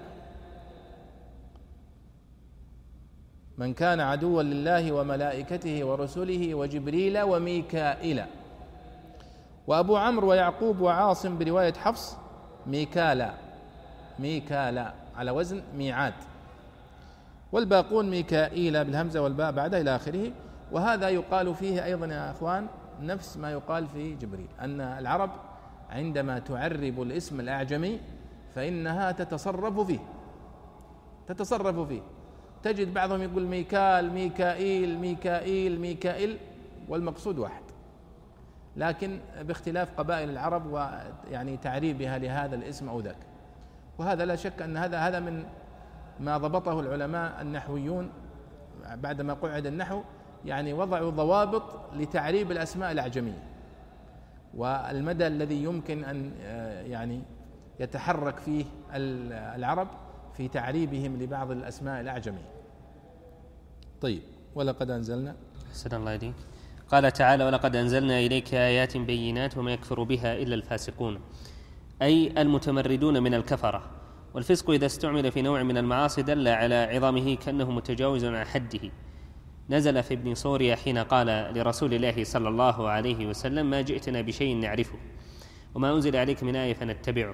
من كان عدوا لله وملائكته ورسله وجبريل وميكائيل. وأبو عمرو ويعقوب وعاصم برواية حفص ميكالا، ميكالا على وزن ميعاد، والباقون ميكائيل بالهمزة والباء بعد إلى آخره. وهذا يقال فيه أيضا يا أخوان نفس ما يقال في جبريل، أن العرب عندما تعرب الاسم الأعجمي فإنها تتصرف فيه تتصرف فيه تجد بعضهم يقول ميكال ميكائيل ميكائيل ميكائيل والمقصود واحد، لكن باختلاف قبائل العرب ويعني تعريبها لهذا الاسم أو ذاك. وهذا لا شك أن هذا هذا من ما ضبطه العلماء النحويون بعدما قعد النحو، يعني وضعوا ضوابط لتعريب الأسماء الأعجمية والمدى الذي يمكن أن يعني يتحرك فيه العرب في تعريبهم لبعض الأسماء الأعجمية. طيب ولقد أنزلنا أحسن الله يديك. قال تعالى ولقد أنزلنا إليك آيات بينات وما يكفر بها إلا الفاسقون، أي المتمردون من الكفرة. والفسق إذا استعمل في نوع من المعاصي دل على عظامه كأنه متجاوز عن حده. نزل في ابن سوريا حين قال لرسول الله صلى الله عليه وسلم ما جئتنا بشيء نعرفه وما أنزل عليك من آية فنتبعك.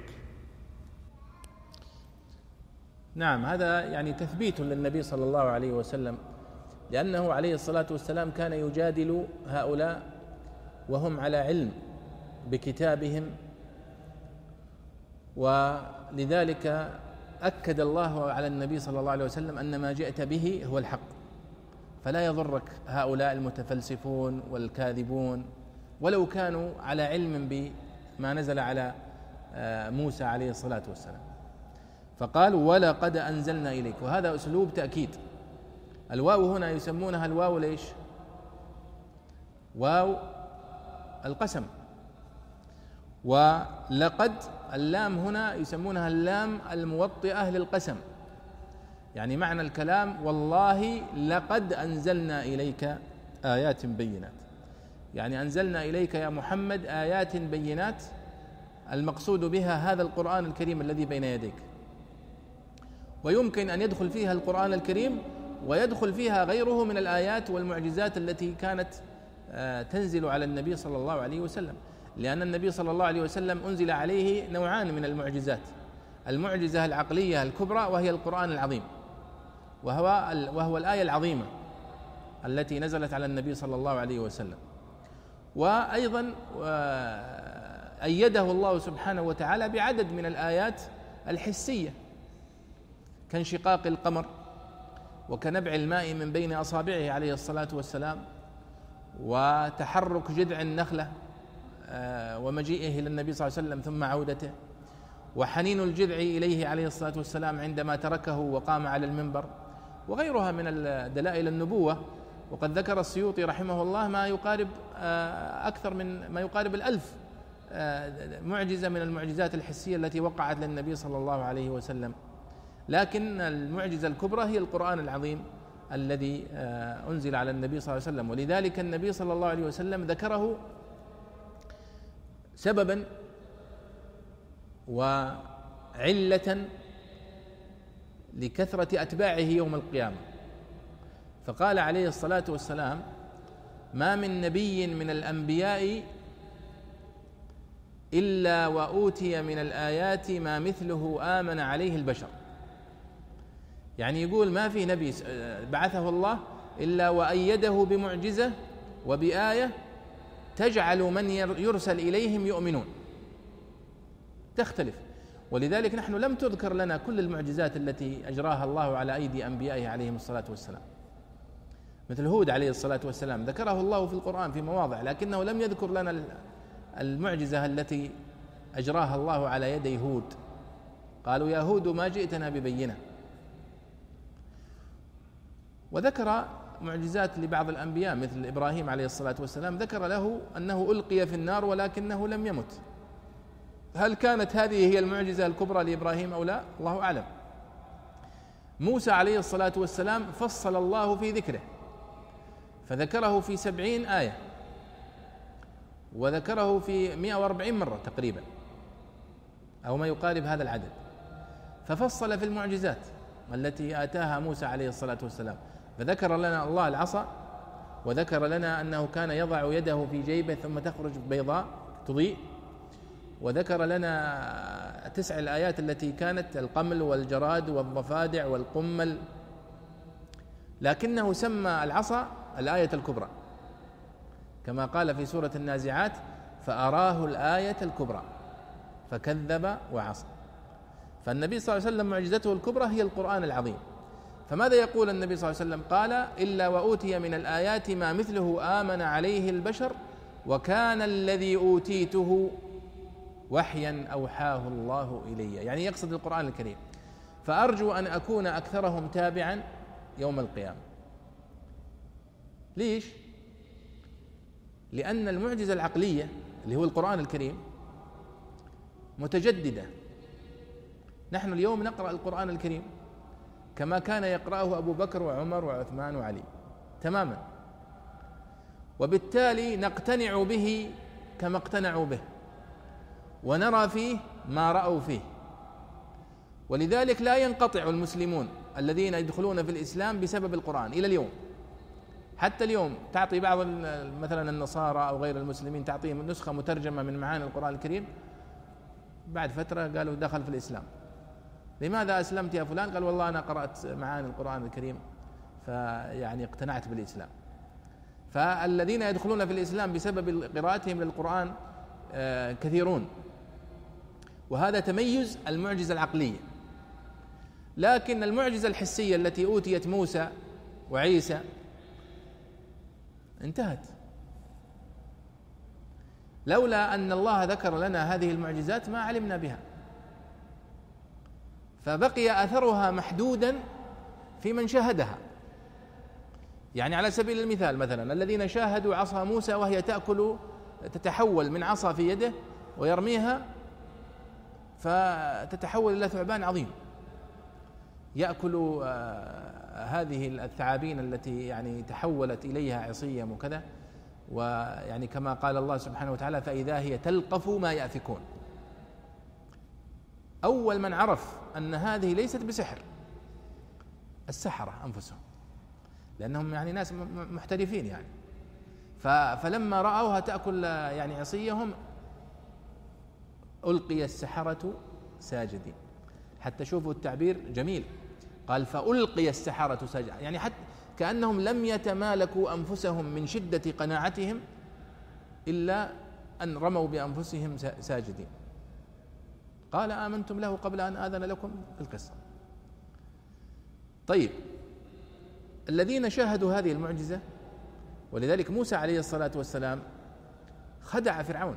نعم، هذا يعني تثبيت للنبي صلى الله عليه وسلم، لأنه عليه الصلاة والسلام كان يجادل هؤلاء وهم على علم بكتابهم، ولذلك أكد الله على النبي صلى الله عليه وسلم أن ما جئت به هو الحق، فلا يضرك هؤلاء المتفلسفون والكاذبون ولو كانوا على علم بما نزل على موسى عليه الصلاة والسلام. فقال ولقد أنزلنا إليك، وهذا أسلوب تأكيد. الواو هنا يسمونها الواو ليش؟ واو القسم. ولقد اللام هنا يسمونها اللام الموطئة للقسم، يعني معنى الكلام والله لقد أنزلنا إليك آيات بينات، يعني أنزلنا إليك يا محمد آيات بينات، المقصود بها هذا القرآن الكريم الذي بين يديك. ويمكن أن يدخل فيها القرآن الكريم ويدخل فيها غيره من الآيات والمعجزات التي كانت تنزل على النبي صلى الله عليه وسلم، لأن النبي صلى الله عليه وسلم أنزل عليه نوعان من المعجزات: المعجزة العقلية الكبرى وهي القرآن العظيم، وهو وهو الآية العظيمة التي نزلت على النبي صلى الله عليه وسلم. وأيضا أيده الله سبحانه وتعالى بعدد من الآيات الحسية كانشقاق القمر وكنبع الماء من بين أصابعه عليه الصلاة والسلام، وتحرك جذع النخلة ومجيئه إلى النبي صلى الله عليه وسلم ثم عودته، وحنين الجذع إليه عليه الصلاة والسلام عندما تركه وقام على المنبر، وغيرها من دلائل النبوة. وقد ذكر السيوطي رحمه الله ما يقارب أكثر من ما يقارب الألف معجزة من المعجزات الحسية التي وقعت للنبي صلى الله عليه وسلم، لكن المعجزة الكبرى هي القرآن العظيم الذي أنزل على النبي صلى الله عليه وسلم. ولذلك النبي صلى الله عليه وسلم ذكره سببا وعلة لكثرة أتباعه يوم القيامة، فقال عليه الصلاة والسلام: ما من نبي من الأنبياء إلا وأوتي من الآيات ما مثله آمن عليه البشر. يعني يقول ما في نبي بعثه الله إلا وأيده بمعجزة وبآية تجعل من يرسل إليهم يؤمنون، تختلف. ولذلك نحن لم تذكر لنا كل المعجزات التي أجراها الله على أيدي أنبيائه عليهم الصلاة والسلام، مثل هود عليه الصلاة والسلام ذكره الله في القرآن في مواضع، لكنه لم يذكر لنا المعجزة التي أجراها الله على يدي هود. قالوا يا هود ما جئتنا ببينة. وذكر معجزات لبعض الأنبياء مثل إبراهيم عليه الصلاة والسلام، ذكر له أنه ألقي في النار ولكنه لم يمت. هل كانت هذه هي المعجزة الكبرى لإبراهيم أو لا؟ الله أعلم. موسى عليه الصلاة والسلام فصل الله في ذكره، فذكره في سبعين آية، وذكره في مئة وأربعين مرة تقريبا أو ما يقارب هذا العدد، ففصل في المعجزات التي آتاها موسى عليه الصلاة والسلام. فذكر لنا الله العصا، وذكر لنا أنه كان يضع يده في جيبه ثم تخرج بيضاء تضيء، وذكر لنا تسع الآيات التي كانت القمل والجراد والضفادع والقمل، لكنه سمى العصا الآية الكبرى كما قال في سورة النازعات: فأراه الآية الكبرى فكذب وعصى. فالنبي صلى الله عليه وسلم معجزته الكبرى هي القرآن العظيم. فماذا يقول النبي صلى الله عليه وسلم؟ قال: إلا وأوتي من الآيات ما مثله آمن عليه البشر وكان الذي أوتيته وحيا أوحاه الله إلي، يعني يقصد القرآن الكريم. فأرجو أن أكون أكثرهم تابعا يوم القيامة. ليش؟ لأن المعجزة العقلية اللي هو القرآن الكريم متجددة. نحن اليوم نقرأ القرآن الكريم كما كان يقرأه أبو بكر وعمر وعثمان وعلي تماما، وبالتالي نقتنع به كما اقتنعوا به، ونرى فيه ما رأوا فيه. ولذلك لا ينقطع المسلمون الذين يدخلون في الإسلام بسبب القرآن إلى اليوم. حتى اليوم تعطي بعض مثلا النصارى أو غير المسلمين تعطيهم نسخة مترجمة من معاني القرآن الكريم، بعد فترة قالوا دخل في الإسلام. لماذا أسلمت يا فلان؟ قال والله أنا قرأت معاني القرآن الكريم فيعني اقتنعت بالإسلام. فالذين يدخلون في الإسلام بسبب قراءتهم للقرآن كثيرون. وهذا تميز المعجزة العقلية. لكن المعجزة الحسية التي أوتيت موسى وعيسى انتهت. لولا أن الله ذكر لنا هذه المعجزات ما علمنا بها، فبقي أثرها محدودا في من شاهدها. يعني على سبيل المثال مثلا الذين شاهدوا عصا موسى وهي تأكل تتحول من عصا في يده ويرميها فتتحول إلى ثعبان عظيم يأكل هذه الثعابين التي يعني تحولت إليها عصية وكذا، ويعني كما قال الله سبحانه وتعالى فإذا هي تلقف ما يأفكون. أول من عرف أن هذه ليست بسحر السحرة أنفسهم، لأنهم يعني ناس محترفين يعني، فلما رأوها تأكل يعني عصيهم ألقي السحرة ساجدين. حتى شوفوا التعبير جميل، قال فألقي السحرة ساجدين، يعني حتى كأنهم لم يتمالكوا أنفسهم من شدة قناعتهم إلا أن رموا بأنفسهم ساجدين. قال آمنتم له قبل أن آذن لكم القصة. طيب الذين شاهدوا هذه المعجزة، ولذلك موسى عليه الصلاة والسلام خدع فرعون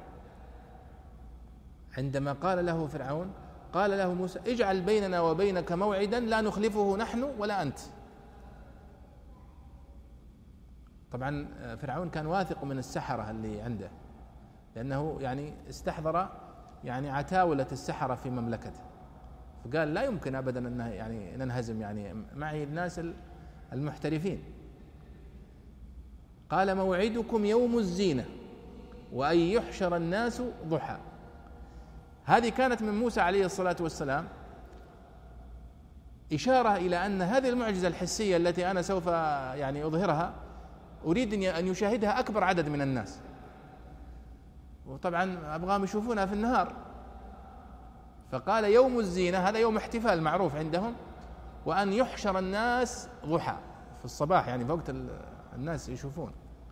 عندما قال له فرعون قال له موسى اجعل بيننا وبينك موعدا لا نخلفه نحن ولا أنت. طبعا فرعون كان واثق من السحرة اللي عنده، لأنه يعني استحضر يعني عتاولة السحرة في مملكته، فقال لا يمكن أبدا أن يعني ننهزم، يعني معي الناس المحترفين. قال موعدكم يوم الزينة وأن يحشر الناس ضحى. هذه كانت من موسى عليه الصلاة والسلام إشارة إلى أن هذه المعجزة الحسية التي أنا سوف يعني أظهرها أريد أن يشاهدها أكبر عدد من الناس، وطبعا أبغاهم يشوفونها في النهار. فقال يوم الزينة، هذا يوم احتفال معروف عندهم، وأن يحشر الناس ضحى في الصباح، يعني في وقت الناس يشوفون.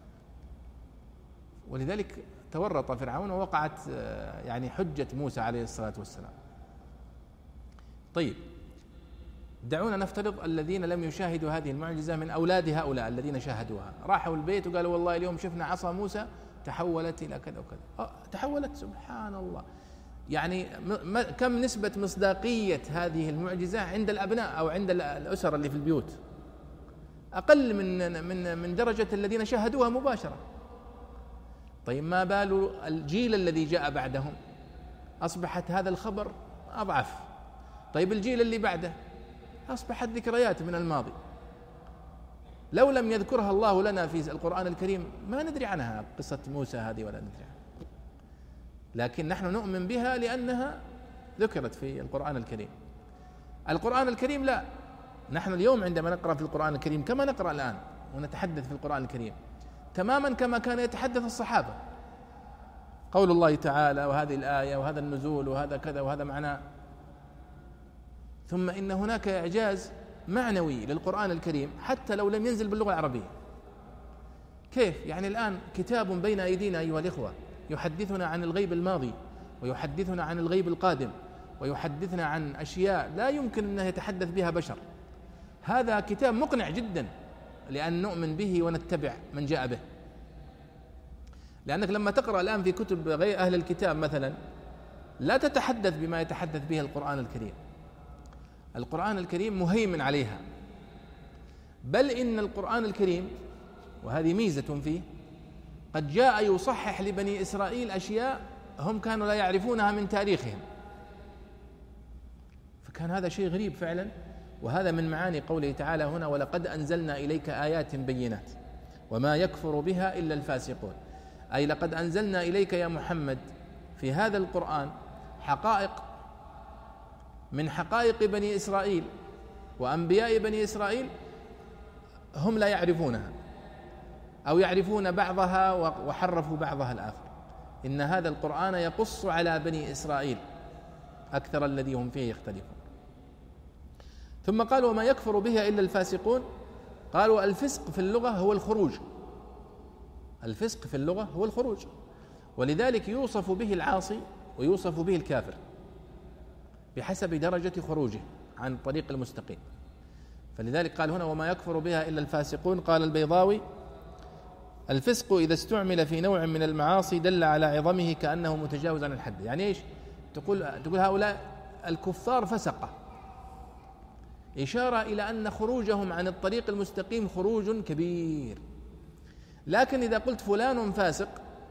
ولذلك تورط فرعون ووقعت يعني حجة موسى عليه الصلاة والسلام. طيب دعونا نفترض الذين لم يشاهدوا هذه المعجزة من أولاد هؤلاء الذين شاهدوها راحوا البيت وقالوا والله اليوم شفنا عصا موسى تحولت إلى كذا وكذا. تحولت، سبحان الله. يعني كم نسبة مصداقية هذه المعجزة عند الأبناء أو عند الأسر اللي في البيوت؟ أقل من من من درجة الذين شاهدوها مباشرة. طيب ما بال الجيل الذي جاء بعدهم؟ أصبحت هذا الخبر أضعف. طيب الجيل اللي بعده أصبحت ذكريات من الماضي، لو لم يذكرها الله لنا في القرآن الكريم ما ندري عنها، قصة موسى هذه ولا ندري عنها، لكن نحن نؤمن بها لأنها ذكرت في القرآن الكريم. القرآن الكريم لا، نحن اليوم عندما نقرأ في القرآن الكريم كما نقرأ الآن ونتحدث في القرآن الكريم تماما كما كان يتحدث الصحابة. قول الله تعالى وهذه الآية وهذا النزول وهذا كذا وهذا معناه. ثم إن هناك إعجاز معنوي للقرآن الكريم حتى لو لم ينزل باللغة العربية. كيف؟ يعني الآن كتاب بين أيدينا أيها الإخوة يحدثنا عن الغيب الماضي ويحدثنا عن الغيب القادم ويحدثنا عن أشياء لا يمكن أن يتحدث بها بشر. هذا كتاب مقنع جدا لأن نؤمن به ونتبع من جاء به. لأنك لما تقرأ الآن في كتب غير أهل الكتاب مثلا لا تتحدث بما يتحدث به القرآن الكريم. القرآن الكريم مهيمن عليها، بل إن القرآن الكريم وهذه ميزة فيه قد جاء يصحح لبني إسرائيل أشياء هم كانوا لا يعرفونها من تاريخهم، فكان هذا شيء غريب فعلا. وهذا من معاني قوله تعالى هنا ولقد أنزلنا إليك آيات بينات وما يكفر بها إلا الفاسقون، أي لقد أنزلنا إليك يا محمد في هذا القرآن حقائق من حقائق بني إسرائيل وأنبياء بني إسرائيل هم لا يعرفونها أو يعرفون بعضها وحرفوا بعضها الآخر. إن هذا القرآن يقص على بني إسرائيل أكثر الذي هم فيه يختلفون. ثم قالوا وما يكفر بها إلا الفاسقون. قالوا الفسق في اللغة هو الخروج، الفسق في اللغة هو الخروج، ولذلك يوصف به العاصي ويوصف به الكافر. بحسب درجة خروجه عن الطريق المستقيم. فلذلك قال هنا وما يكفر بها إلا الفاسقون. قال البيضاوي الفسق إذا استعمل في نوع من المعاصي دل على عظمه كأنه متجاوز عن الحد. يعني إيش؟ تقول, تقول هؤلاء الكفار فسقة، إشارة إلى أن خروجهم عن الطريق المستقيم خروج كبير. لكن إذا قلت فلان فاسق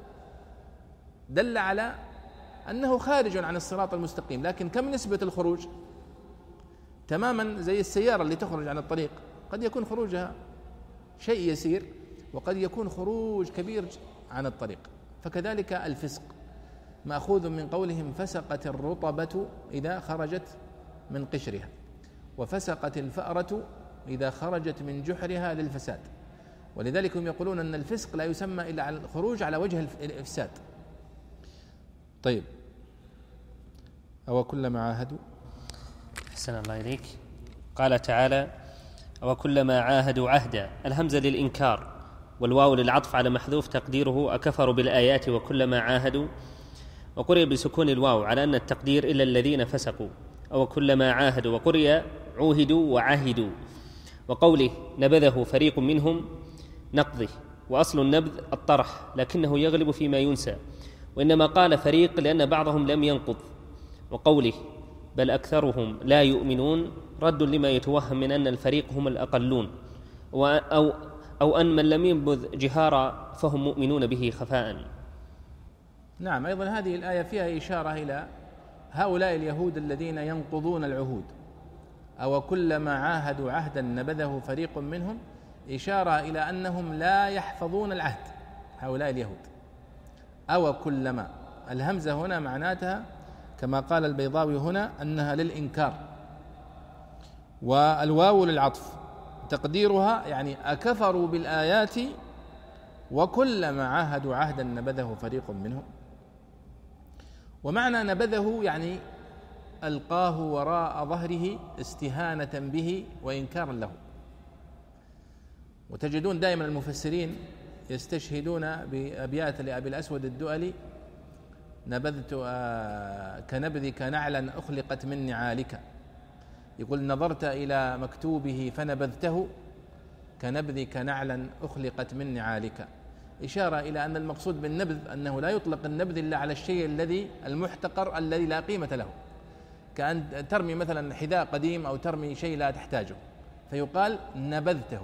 دل على أنه خارج عن الصراط المستقيم، لكن كم نسبة الخروج؟ تماما زي السيارة اللي تخرج عن الطريق، قد يكون خروجها شيء يسير وقد يكون خروج كبير عن الطريق. فكذلك الفسق مأخوذ من قولهم فسقت الرطبة إذا خرجت من قشرها، وفسقت الفأرة إذا خرجت من جحرها للفساد. ولذلك هم يقولون أن الفسق لا يسمى إلا على الخروج على وجه الإفساد. طيب، أو كلما عاهدوا. أحسن الله إليك. قال تعالى أو كلما عاهدوا عهدا، الهمزة للإنكار والواو للعطف على محذوف تقديره أكفروا بالآيات وكلما عاهدوا، وقرئ بسكون الواو على أن التقدير إلا الذين فسقوا، أو كلما عاهدوا، وقرئ عوهدوا وعاهدوا. وقوله نبذه فريق منهم نقضه، وأصل النبذ الطرح لكنه يغلب فيما ينسى، وإنما قال فريق لأن بعضهم لم ينقض. وقوله بل أكثرهم لا يؤمنون رد لما يتوهم من أن الفريق هم الأقلون، أو, أو أن من لم ينبذ جهارا فهم مؤمنون به خفاء. نعم، أيضا هذه الآية فيها إشارة إلى هؤلاء اليهود الذين ينقضون العهود. أو كلما عاهدوا عهدا نبذه فريق منهم، إشارة إلى أنهم لا يحفظون العهد هؤلاء اليهود. أو كلما، الهمزة هنا معناتها كما قال البيضاوي هنا أنها للإنكار، والواو للعطف تقديرها يعني أكفروا بالآيات وكلما عاهدوا عهدا نبذه فريق منهم. ومعنى نبذه يعني ألقاه وراء ظهره استهانة به وإنكارا له. وتجدون دائما المفسرين يستشهدون بأبيات لأبي الأسود الدؤلي نبذت كنبذك نعلا أخلقت من نعالك، يقول نظرت إلى مكتوبه فنبذته كنبذك نعلا أخلقت من نعالك، إشارة إلى أن المقصود بالنبذ أنه لا يطلق النبذ إلا على الشيء الذي المحتقر الذي لا قيمة له، كأن ترمي مثلا حذاء قديم أو ترمي شيء لا تحتاجه فيقال نبذته.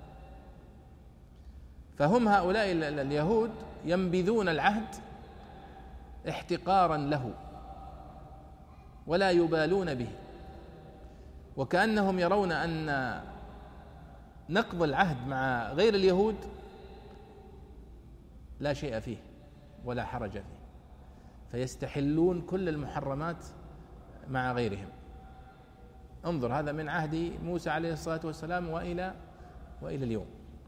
فهم هؤلاء اليهود ينبذون العهد احتقارا له ولا يبالون به، وكأنهم يرون أن نقض العهد مع غير اليهود لا شيء فيه ولا حرج فيه، فيستحلون كل المحرمات مع غيرهم. انظر، هذا من عهد موسى عليه الصلاة والسلام وإلى وإلى اليوم.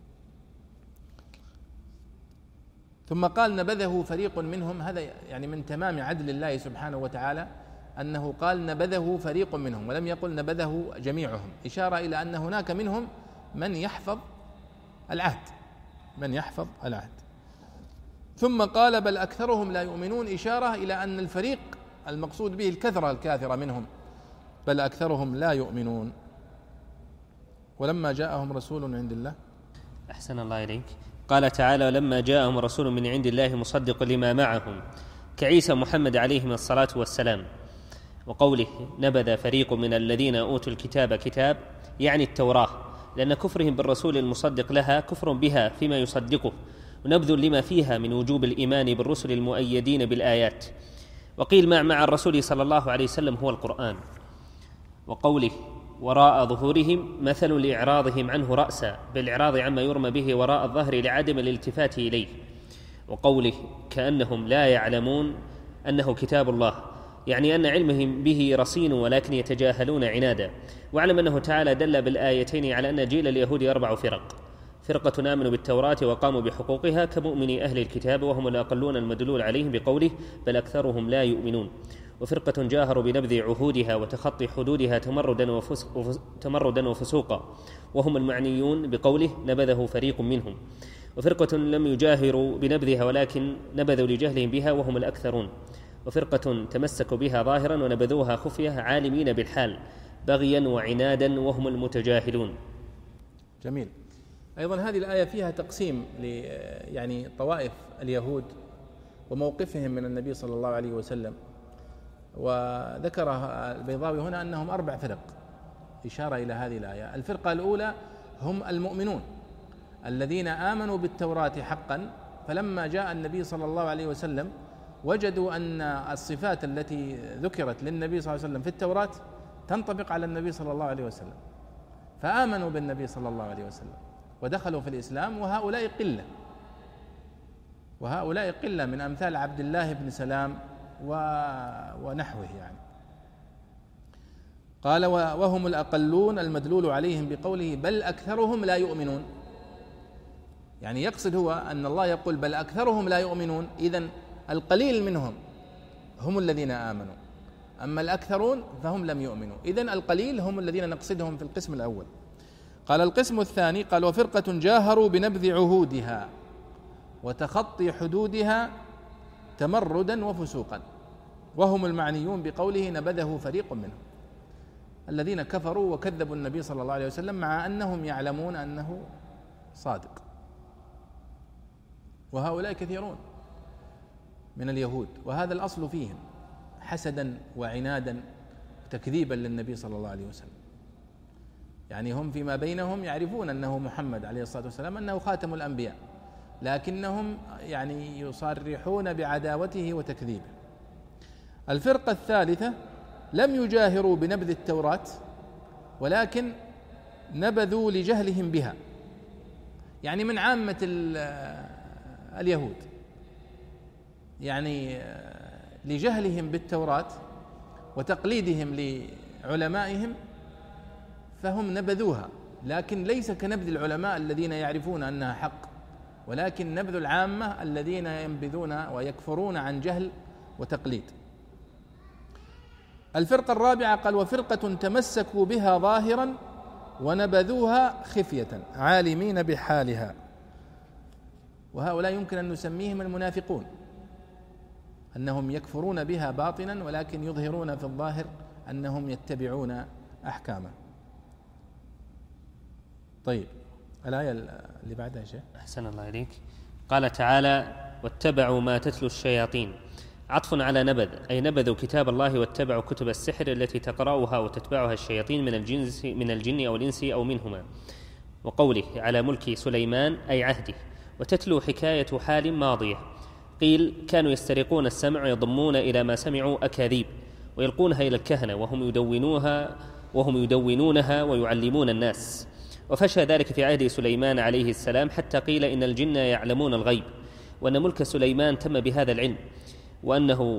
ثم قال نبذه فريق منهم، هذا يعني من تمام عدل الله سبحانه وتعالى أنه قال نبذه فريق منهم ولم يقل نبذه جميعهم، إشارة إلى أن هناك منهم من يحفظ العهد من يحفظ العهد. ثم قال بل أكثرهم لا يؤمنون، إشارة إلى أن الفريق المقصود به الكثرة الكاثرة منهم، بل أكثرهم لا يؤمنون. ولما جاءهم رسول من عند الله. أحسن الله إليك. قال تعالى لما جاءهم رسول من عند الله مصدق لما معهم كعيسى محمد عليهم الصلاة والسلام. وقوله نبذ فريق من الذين أوتوا الكتاب كتاب يعني التوراة، لأن كفرهم بالرسول المصدق لها كفر بها فيما يصدقه، ونبذ لما فيها من وجوب الإيمان بالرسل المؤيدين بالآيات. وقيل مع مع الرسول صلى الله عليه وسلم هو القرآن. وقوله وراء ظهورهم مثل لإعراضهم عنه رأسا، بالإعراض عما يرمى به وراء الظهر لعدم الالتفات إليه. وقوله كأنهم لا يعلمون أنه كتاب الله، يعني أن علمهم به رصين ولكن يتجاهلون عنادا. واعلم أنه تعالى دل بالآيتين على أن جيل اليهود أربع فرق: فرقة آمنوا بالتوراة وقاموا بحقوقها كمؤمني أهل الكتاب وهم الأقلون المدلول عليهم بقوله بل أكثرهم لا يؤمنون، وفرقة جاهروا بنبذ عهودها وتخطي حدودها تمردا, وفس تمردا وفسوقا وهم المعنيون بقوله نبذه فريق منهم، وفرقة لم يجاهروا بنبذها ولكن نبذوا لجهلهم بها وهم الأكثرون، وفرقة تمسكوا بها ظاهرا ونبذوها خفية عالمين بالحال بغيا وعنادا وهم المتجاهلون. جميل. أيضا هذه الآية فيها تقسيم ل يعني طوائف اليهود وموقفهم من النبي صلى الله عليه وسلم، وذكر البيضاوي هنا أنهم أربع فرق إشارة إلى هذه الآية. الفرقة الأولى هم المؤمنون الذين آمنوا بالتوراة حقا، فلما جاء النبي صلى الله عليه وسلم وجدوا أن الصفات التي ذكرت للنبي صلى الله عليه وسلم في التوراة تنطبق على النبي صلى الله عليه وسلم، فآمنوا بالنبي صلى الله عليه وسلم ودخلوا في الإسلام. وهؤلاء قلة وهؤلاء قلة من أمثال عبد الله بن سلام ونحوه يعني. قال وهم الأقلون المدلول عليهم بقوله بل أكثرهم لا يؤمنون، يعني يقصد هو أن الله يقول بل أكثرهم لا يؤمنون، إذن القليل منهم هم الذين آمنوا، أما الأكثرون فهم لم يؤمنوا، إذن القليل هم الذين نقصدهم في القسم الأول. قال القسم الثاني قال وفرقة جاهروا بنبذ عهودها وتخطي حدودها تمردا وفسوقا، وهم المعنيون بقوله نبذه فريق منهم، الذين كفروا وكذبوا النبي صلى الله عليه وسلم مع أنهم يعلمون أنه صادق. وهؤلاء كثيرون من اليهود، وهذا الأصل فيهم حسدا وعنادا وتكذيبا للنبي صلى الله عليه وسلم. يعني هم فيما بينهم يعرفون أنه محمد عليه الصلاة والسلام أنه خاتم الأنبياء، لكنهم يعني يصرحون بعداوته وتكذيبه. الفرقة الثالثة لم يجاهروا بنبذ التوراة ولكن نبذوا لجهلهم بها، يعني من عامة اليهود، يعني لجهلهم بالتوراة وتقليدهم لعلمائهم فهم نبذوها، لكن ليس كنبذ العلماء الذين يعرفون أنها حق، ولكن نبذ العامة الذين ينبذون ويكفرون عن جهل وتقليد. الفرقة الرابعة قال وفرقة تمسكوا بها ظاهرا ونبذوها خفية عالمين بحالها، وهؤلاء يمكن أن نسميهم المنافقون، أنهم يكفرون بها باطنا ولكن يظهرون في الظاهر أنهم يتبعون أحكامه. طيب الآية اللي بعدها شيء. أحسن الله إليك. قال تعالى واتبعوا ما تتلو الشياطين، عطف على نبذ، أي نبذوا كتاب الله واتبعوا كتب السحر التي تقرأها وتتبعها الشياطين من الجنس من الجن أو الإنس أو منهما. وقوله على ملك سليمان أي عهده، وتتلو حكاية حال ماضية. قيل كانوا يسترقون السمع ويضمون إلى ما سمعوا أكاذيب ويلقونها إلى الكهنة وهم يدونوها وهم يدونونها ويعلمون الناس، وفشى ذلك في عهد سليمان عليه السلام حتى قيل إن الجن يعلمون الغيب، وأن ملك سليمان تم بهذا العلم، وأنه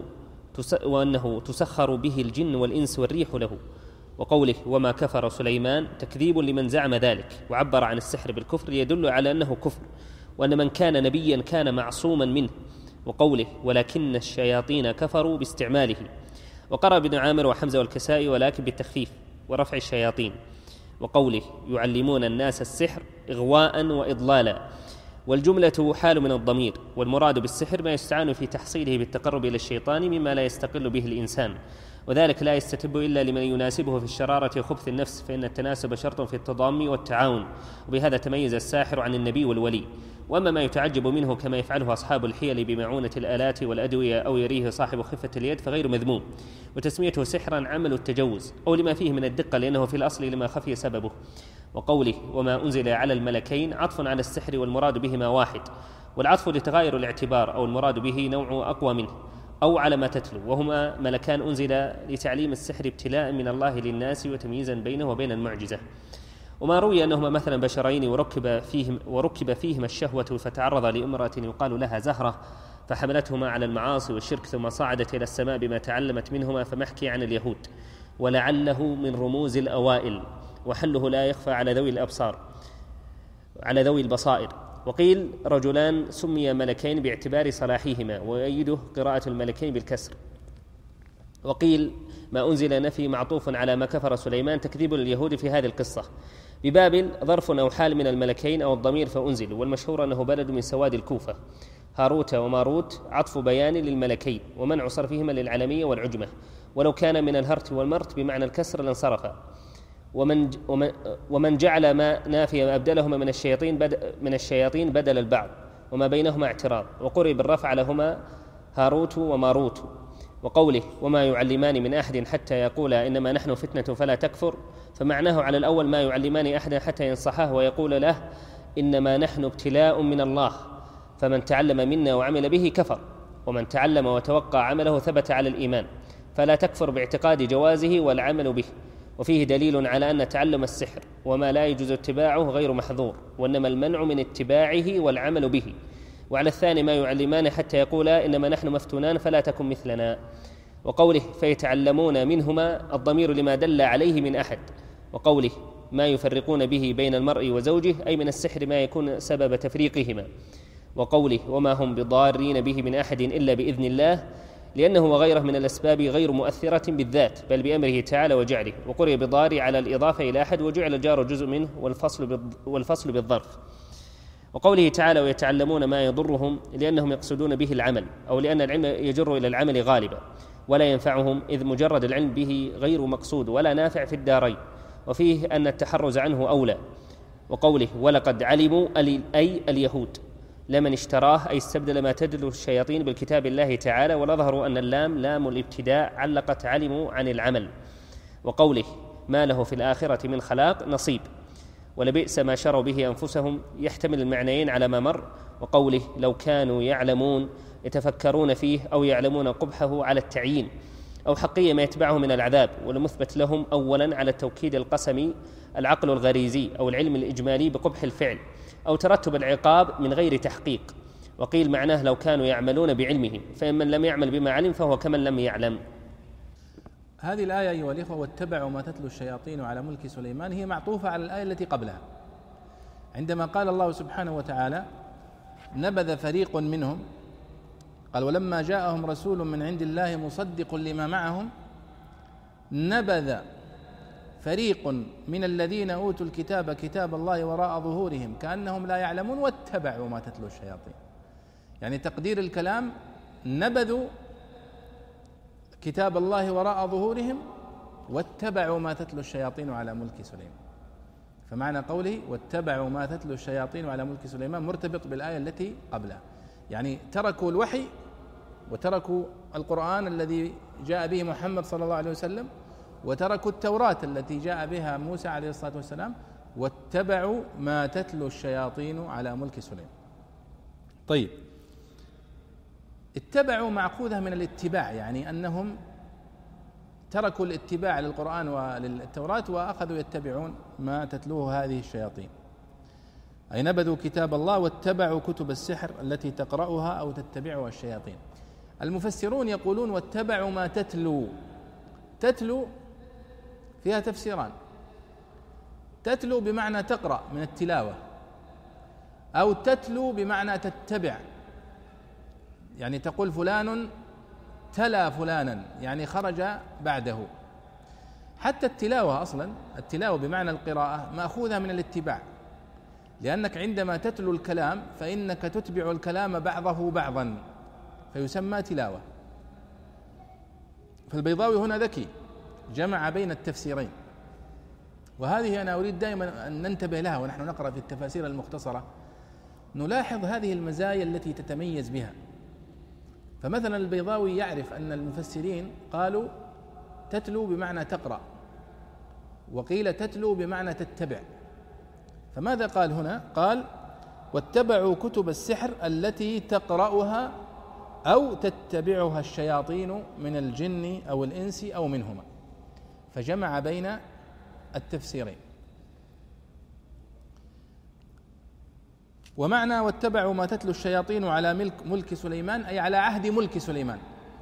وأنه تسخر به الجن والإنس والريح له. وقوله وما كفر سليمان تكذيب لمن زعم ذلك، وعبر عن السحر بالكفر يدل على أنه كفر، وأن من كان نبيا كان معصوما منه. وقوله ولكن الشياطين كفروا باستعماله. وقرأ ابن عامر وحمزة والكسائي ولكن بالتخفيف ورفع الشياطين. وقوله يعلمون الناس السحر إغواء وإضلالا، والجملة حال من الضمير، والمراد بالسحر ما يستعان في تحصيله بالتقرب إلى الشيطان مما لا يستقل به الإنسان، وذلك لا يستتب إلا لمن يناسبه في الشرارة وخبث النفس، فإن التناسب شرط في التضامن والتعاون، وبهذا تميز الساحر عن النبي والولي. وأما ما يتعجب منه كما يفعله أصحاب الحيل بمعونة الآلات والأدوية أو يريه صاحب خفة اليد فغير مذموم، وتسميته سحرا عمل التجوز أو لما فيه من الدقة لأنه في الأصل لما خفي سببه. وقوله وما أنزل على الملكين عطف على السحر والمراد بهما واحد، والعطف لتغاير الاعتبار أو المراد به نوع أقوى منه، أو على ما تتلو، وهما ملكان أنزل لتعليم السحر ابتلاء من الله للناس وتمييزا بينه وبين المعجزة. وما روي أنهما مثلا بشرين وركب فيهم, وركب فيهما الشهوة فتعرض لامرأة يقال لها زهرة فحملتهما على المعاصي والشرك ثم صعدت إلى السماء بما تعلمت منهما، فمحكي عن اليهود، ولعله من رموز الأوائل، وحله لا يخفى على ذوي الأبصار على ذوي البصائر. وقيل رجلان سمي ملكين باعتبار صلاحيهما، ويؤيده قراءة الملكين بالكسر. وقيل ما أنزل نفي معطوف على ما كفر سليمان تكذيب لليهود في هذه القصة. ببابل ظرف أو حال من الملكين أو الضمير فأنزل، والمشهور أنه بلد من سواد الكوفة. هاروت وماروت عطف بيان للملكين ومنع صرفهما للعلمية والعجمة، ولو كان من الهرت والمرت بمعنى الكسر لانصرفا. ومن ومن ومن جعل ما نافيا أبدلهما من الشياطين بدل من الشياطين بدل البعض وما بينهما اعتراض، وقرئ بالرفع لهما هاروت وماروت. وقوله وما يعلمان من أحد حتى يقولا إنما نحن فتنة فلا تكفر، فمعناه على الأول ما يعلمان أحدا حتى ينصحاه ويقول له إنما نحن ابتلاء من الله، فمن تعلم منا وعمل به كفر، ومن تعلم وتوقع عمله ثبت على الإيمان، فلا تكفر باعتقاد جوازه والعمل به. وفيه دليل على أن تعلم السحر وما لا يجوز اتباعه غير محظور، وإنما المنع من اتباعه والعمل به. وعلى الثاني ما يعلمان حتى يقولا إنما نحن مفتونان فلا تكن مثلنا. وقوله فيتعلمون منهما الضمير لما دل عليه من أحد. وقوله ما يفرقون به بين المرء وزوجه أي من السحر ما يكون سبب تفريقهما. وقوله وما هم بضارين به من أحد إلا بإذن الله، لأنه وغيره من الأسباب غير مؤثرة بالذات بل بأمره تعالى وجعله. وقرئ بضار على الإضافة إلى أحد وجعل الجار جزء منه والفصل والفصل بالظرف. وقوله تعالى ويتعلمون ما يضرهم لأنهم يقصدون به العمل، أو لأن العلم يجر إلى العمل غالبا ولا ينفعهم، إذ مجرد العلم به غير مقصود ولا نافع في الدارين، وفيه أن التحرز عنه أولى. وقوله ولقد علموا أي اليهود لمن اشتراه أي استبدل ما تدل الشياطين بالكتاب الله تعالى، ونظهر أن اللام لام الابتداء علقت علموا عن العمل. وقوله ما له في الآخرة من خلاق نصيب، ولبئس ما شروا به أنفسهم يحتمل المعنيين على ما مر. وقوله لو كانوا يعلمون يتفكرون فيه أو يعلمون قبحه على التعيين أو حقية ما يتبعه من العذاب، ولمثبت لهم أولا على التوكيد القسمي العقل الغريزي أو العلم الإجمالي بقبح الفعل أو ترتب العقاب من غير تحقيق. وقيل معناه لو كانوا يعملون بعلمهم، فإن من لم يعمل بما علم فهو كمن لم يعلم. هذه الآية أيها الإخوة واتبعوا ما تتلو الشياطين على ملك سليمان هي معطوفة على الآية التي قبلها، عندما قال الله سبحانه وتعالى نبذ فريق منهم، قال ولما جاءهم رسول من عند الله مصدق لما معهم نبذ فريق من الذين أوتوا الكتاب كتاب الله وراء ظهورهم كأنهم لا يعلمون واتبعوا ما تتلو الشياطين. يعني تقدير الكلام نبذوا كتاب الله وراء ظهورهم واتبعوا ما تتلو الشياطين على ملك سليمان. فمعنى قوله واتبعوا ما تتلو الشياطين على ملك سليمان مرتبط بالآية التي قبلها، يعني تركوا الوحي وتركوا القرآن الذي جاء به محمد صلى الله عليه وسلم وتركوا التوراة التي جاء بها موسى عليه الصلاة والسلام واتبعوا ما تتلو الشياطين على ملك سليمان. طيب، اتبعوا معقودة من الاتباع، يعني أنهم تركوا الاتباع للقرآن وللتوراة وأخذوا يتبعون ما تتلوه هذه الشياطين، أي نبذوا كتاب الله واتبعوا كتب السحر التي تقرأها أو تتبعها الشياطين. المفسرون يقولون واتبعوا ما تتلو، تتلو فيها تفسيران، تتلو بمعنى تقرأ من التلاوة، أو تتلو بمعنى تتبع، يعني تقول فلان تلا فلانا يعني خرج بعده. حتى التلاوة أصلا التلاوة بمعنى القراءة مأخوذة من الاتباع، لأنك عندما تتلو الكلام فإنك تتبع الكلام بعضه بعضا فيسمى تلاوة. فالبيضاوي هنا ذكي جمع بين التفسيرين، وهذه أنا أريد دائما أن ننتبه لها ونحن نقرأ في التفاسير المختصرة، نلاحظ هذه المزايا التي تتميز بها. فمثلا البيضاوي يعرف أن المفسرين قالوا تتلو بمعنى تقرأ، وقيل تتلو بمعنى تتبع، فماذا قال هنا؟ قال واتبعوا كتب السحر التي تقرأها أو تتبعها الشياطين من الجن أو الإنس أو منهما، فجمع بين التفسيرين. ومعنى واتبعوا ما تتلو الشياطين على ملك, ملك سليمان أي على عهد ملك سليمان.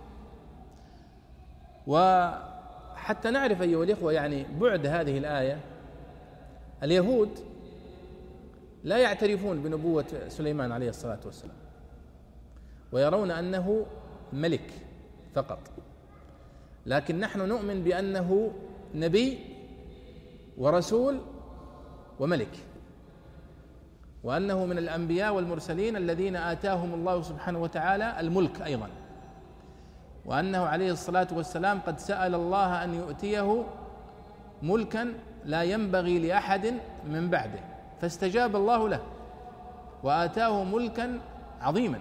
وحتى نعرف أيها الإخوة يعني بعد هذه الآية، اليهود لا يعترفون بنبوة سليمان عليه الصلاة والسلام ويرون أنه ملك فقط، لكن نحن نؤمن بأنه نبي ورسول وملك. وأنه من الأنبياء والمرسلين الذين آتاهم الله سبحانه وتعالى الملك أيضا، وأنه عليه الصلاة والسلام قد سأل الله أن يؤتيه ملكا لا ينبغي لأحد من بعده، فاستجاب الله له وآتاه ملكا عظيما،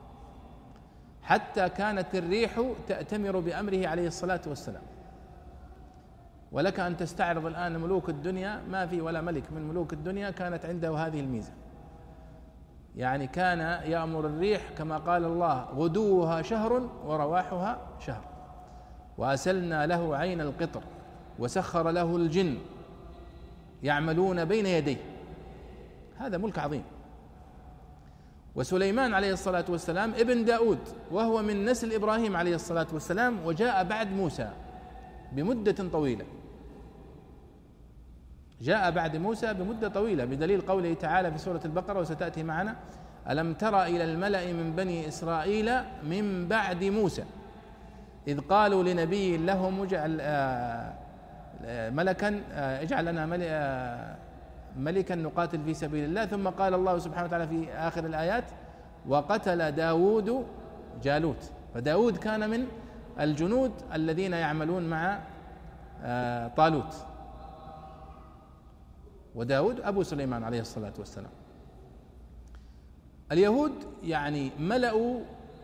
حتى كانت الريح تأتمر بأمره عليه الصلاة والسلام. ولك أن تستعرض الآن ملوك الدنيا، ما في ولا ملك من ملوك الدنيا كانت عنده هذه الميزة، يعني كان يأمر الريح كما قال الله: غدوها شهر ورواحها شهر، وأسلنا له عين القطر، وسخر له الجن يعملون بين يديه. هذا ملك عظيم. وسليمان عليه الصلاة والسلام ابن داود، وهو من نسل إبراهيم عليه الصلاة والسلام، وجاء بعد موسى بمدة طويلة، جاء بعد موسى بمدة طويلة، بدليل قوله تعالى في سورة البقرة وستأتي معنا: ألم تر إلى الملأ من بني إسرائيل من بعد موسى إذ قالوا لنبي لهم اجعل ملكا اجعل لنا ملكا نقاتل في سبيل الله، ثم قال الله سبحانه وتعالى في آخر الآيات: وقتل داود جالوت. فداود كان من الجنود الذين يعملون مع طالوت، وداود أبو سليمان عليه الصلاة والسلام. اليهود يعني ملأوا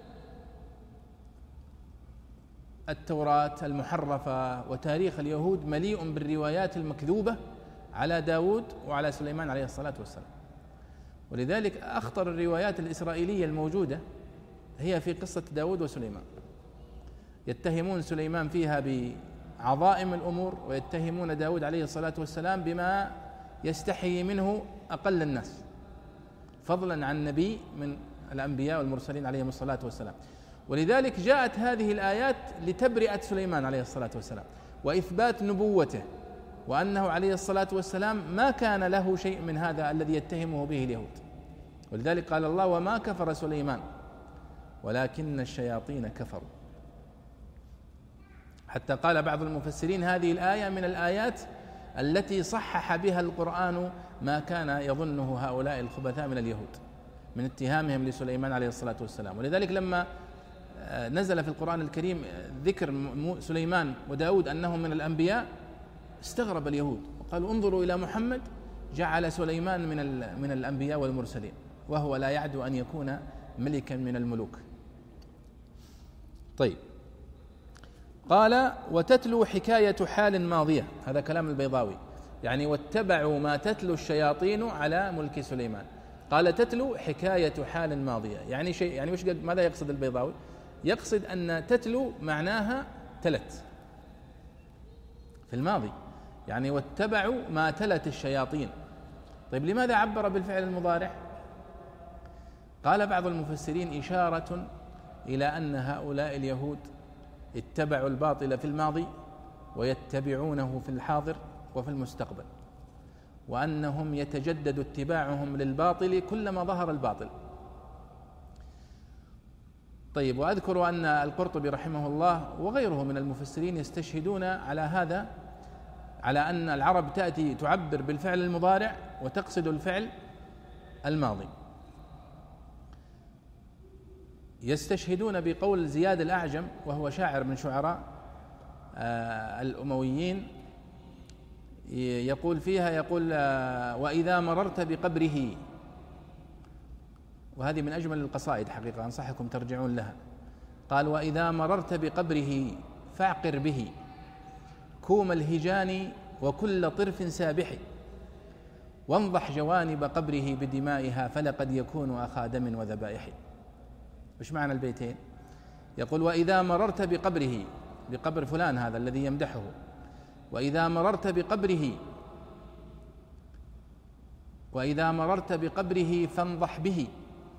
التوراة المحرفة، وتاريخ اليهود مليء بالروايات المكذوبة على داود وعلى سليمان عليه الصلاة والسلام. ولذلك أخطر الروايات الإسرائيلية الموجودة هي في قصة داود وسليمان، يتهمون سليمان فيها بعظائم الأمور، ويتهمون داود عليه الصلاة والسلام بما يستحي منه أقل الناس، فضلا عن نبي من الأنبياء والمرسلين عليهم الصلاة والسلام. ولذلك جاءت هذه الآيات لتبرئة سليمان عليه الصلاة والسلام، وإثبات نبوته، وأنه عليه الصلاة والسلام ما كان له شيء من هذا الذي يتهمه به اليهود. ولذلك قال الله: وما كفر سليمان ولكن الشياطين كفروا. حتى قال بعض المفسرين: هذه الآية من الآيات التي صحح بها القرآن ما كان يظنه هؤلاء الخبثاء من اليهود من اتهامهم لسليمان عليه الصلاة والسلام. ولذلك لما نزل في القرآن الكريم ذكر سليمان وداود أنهم من الأنبياء، استغرب اليهود وقالوا: انظروا إلى محمد جعل سليمان من من الأنبياء والمرسلين، وهو لا يعدو أن يكون ملكا من الملوك. طيب، قال: وتتلو حكاية حال ماضية، هذا كلام البيضاوي، يعني واتبعوا ما تتلو الشياطين على ملك سليمان. قال: تتلو حكاية حال ماضية، يعني شيء، يعني وش ماذا يقصد البيضاوي؟ يقصد أن تتلو معناها تلت في الماضي، يعني واتبعوا ما تلت الشياطين. طيب، لماذا عبر بالفعل المضارع؟ قال بعض المفسرين: إشارة إلى أن هؤلاء اليهود اتبعوا الباطل في الماضي ويتبعونه في الحاضر وفي المستقبل، وأنهم يتجدد اتباعهم للباطل كلما ظهر الباطل. طيب، وأذكر أن القرطبي رحمه الله وغيره من المفسرين يستشهدون على هذا، على أن العرب تأتي تعبر بالفعل المضارع وتقصد الفعل الماضي. يستشهدون بقول زياد الأعجم، وهو شاعر من شعراء الأمويين، يقول فيها، يقول: وإذا مررت بقبره، وهذه من أجمل القصائد حقيقة، أنصحكم ترجعون لها. قال: وإذا مررت بقبره فاعقر به كوم الهجان وكل طرف سابح، وانضح جوانب قبره بدمائها فلقد يكون أخا دم وذبائح. وش معنى البيتين؟ يقول: وإذا مررت بقبره، بقبر فلان هذا الذي يمدحه، وإذا مررت بقبره وإذا مررت بقبره فانضح به.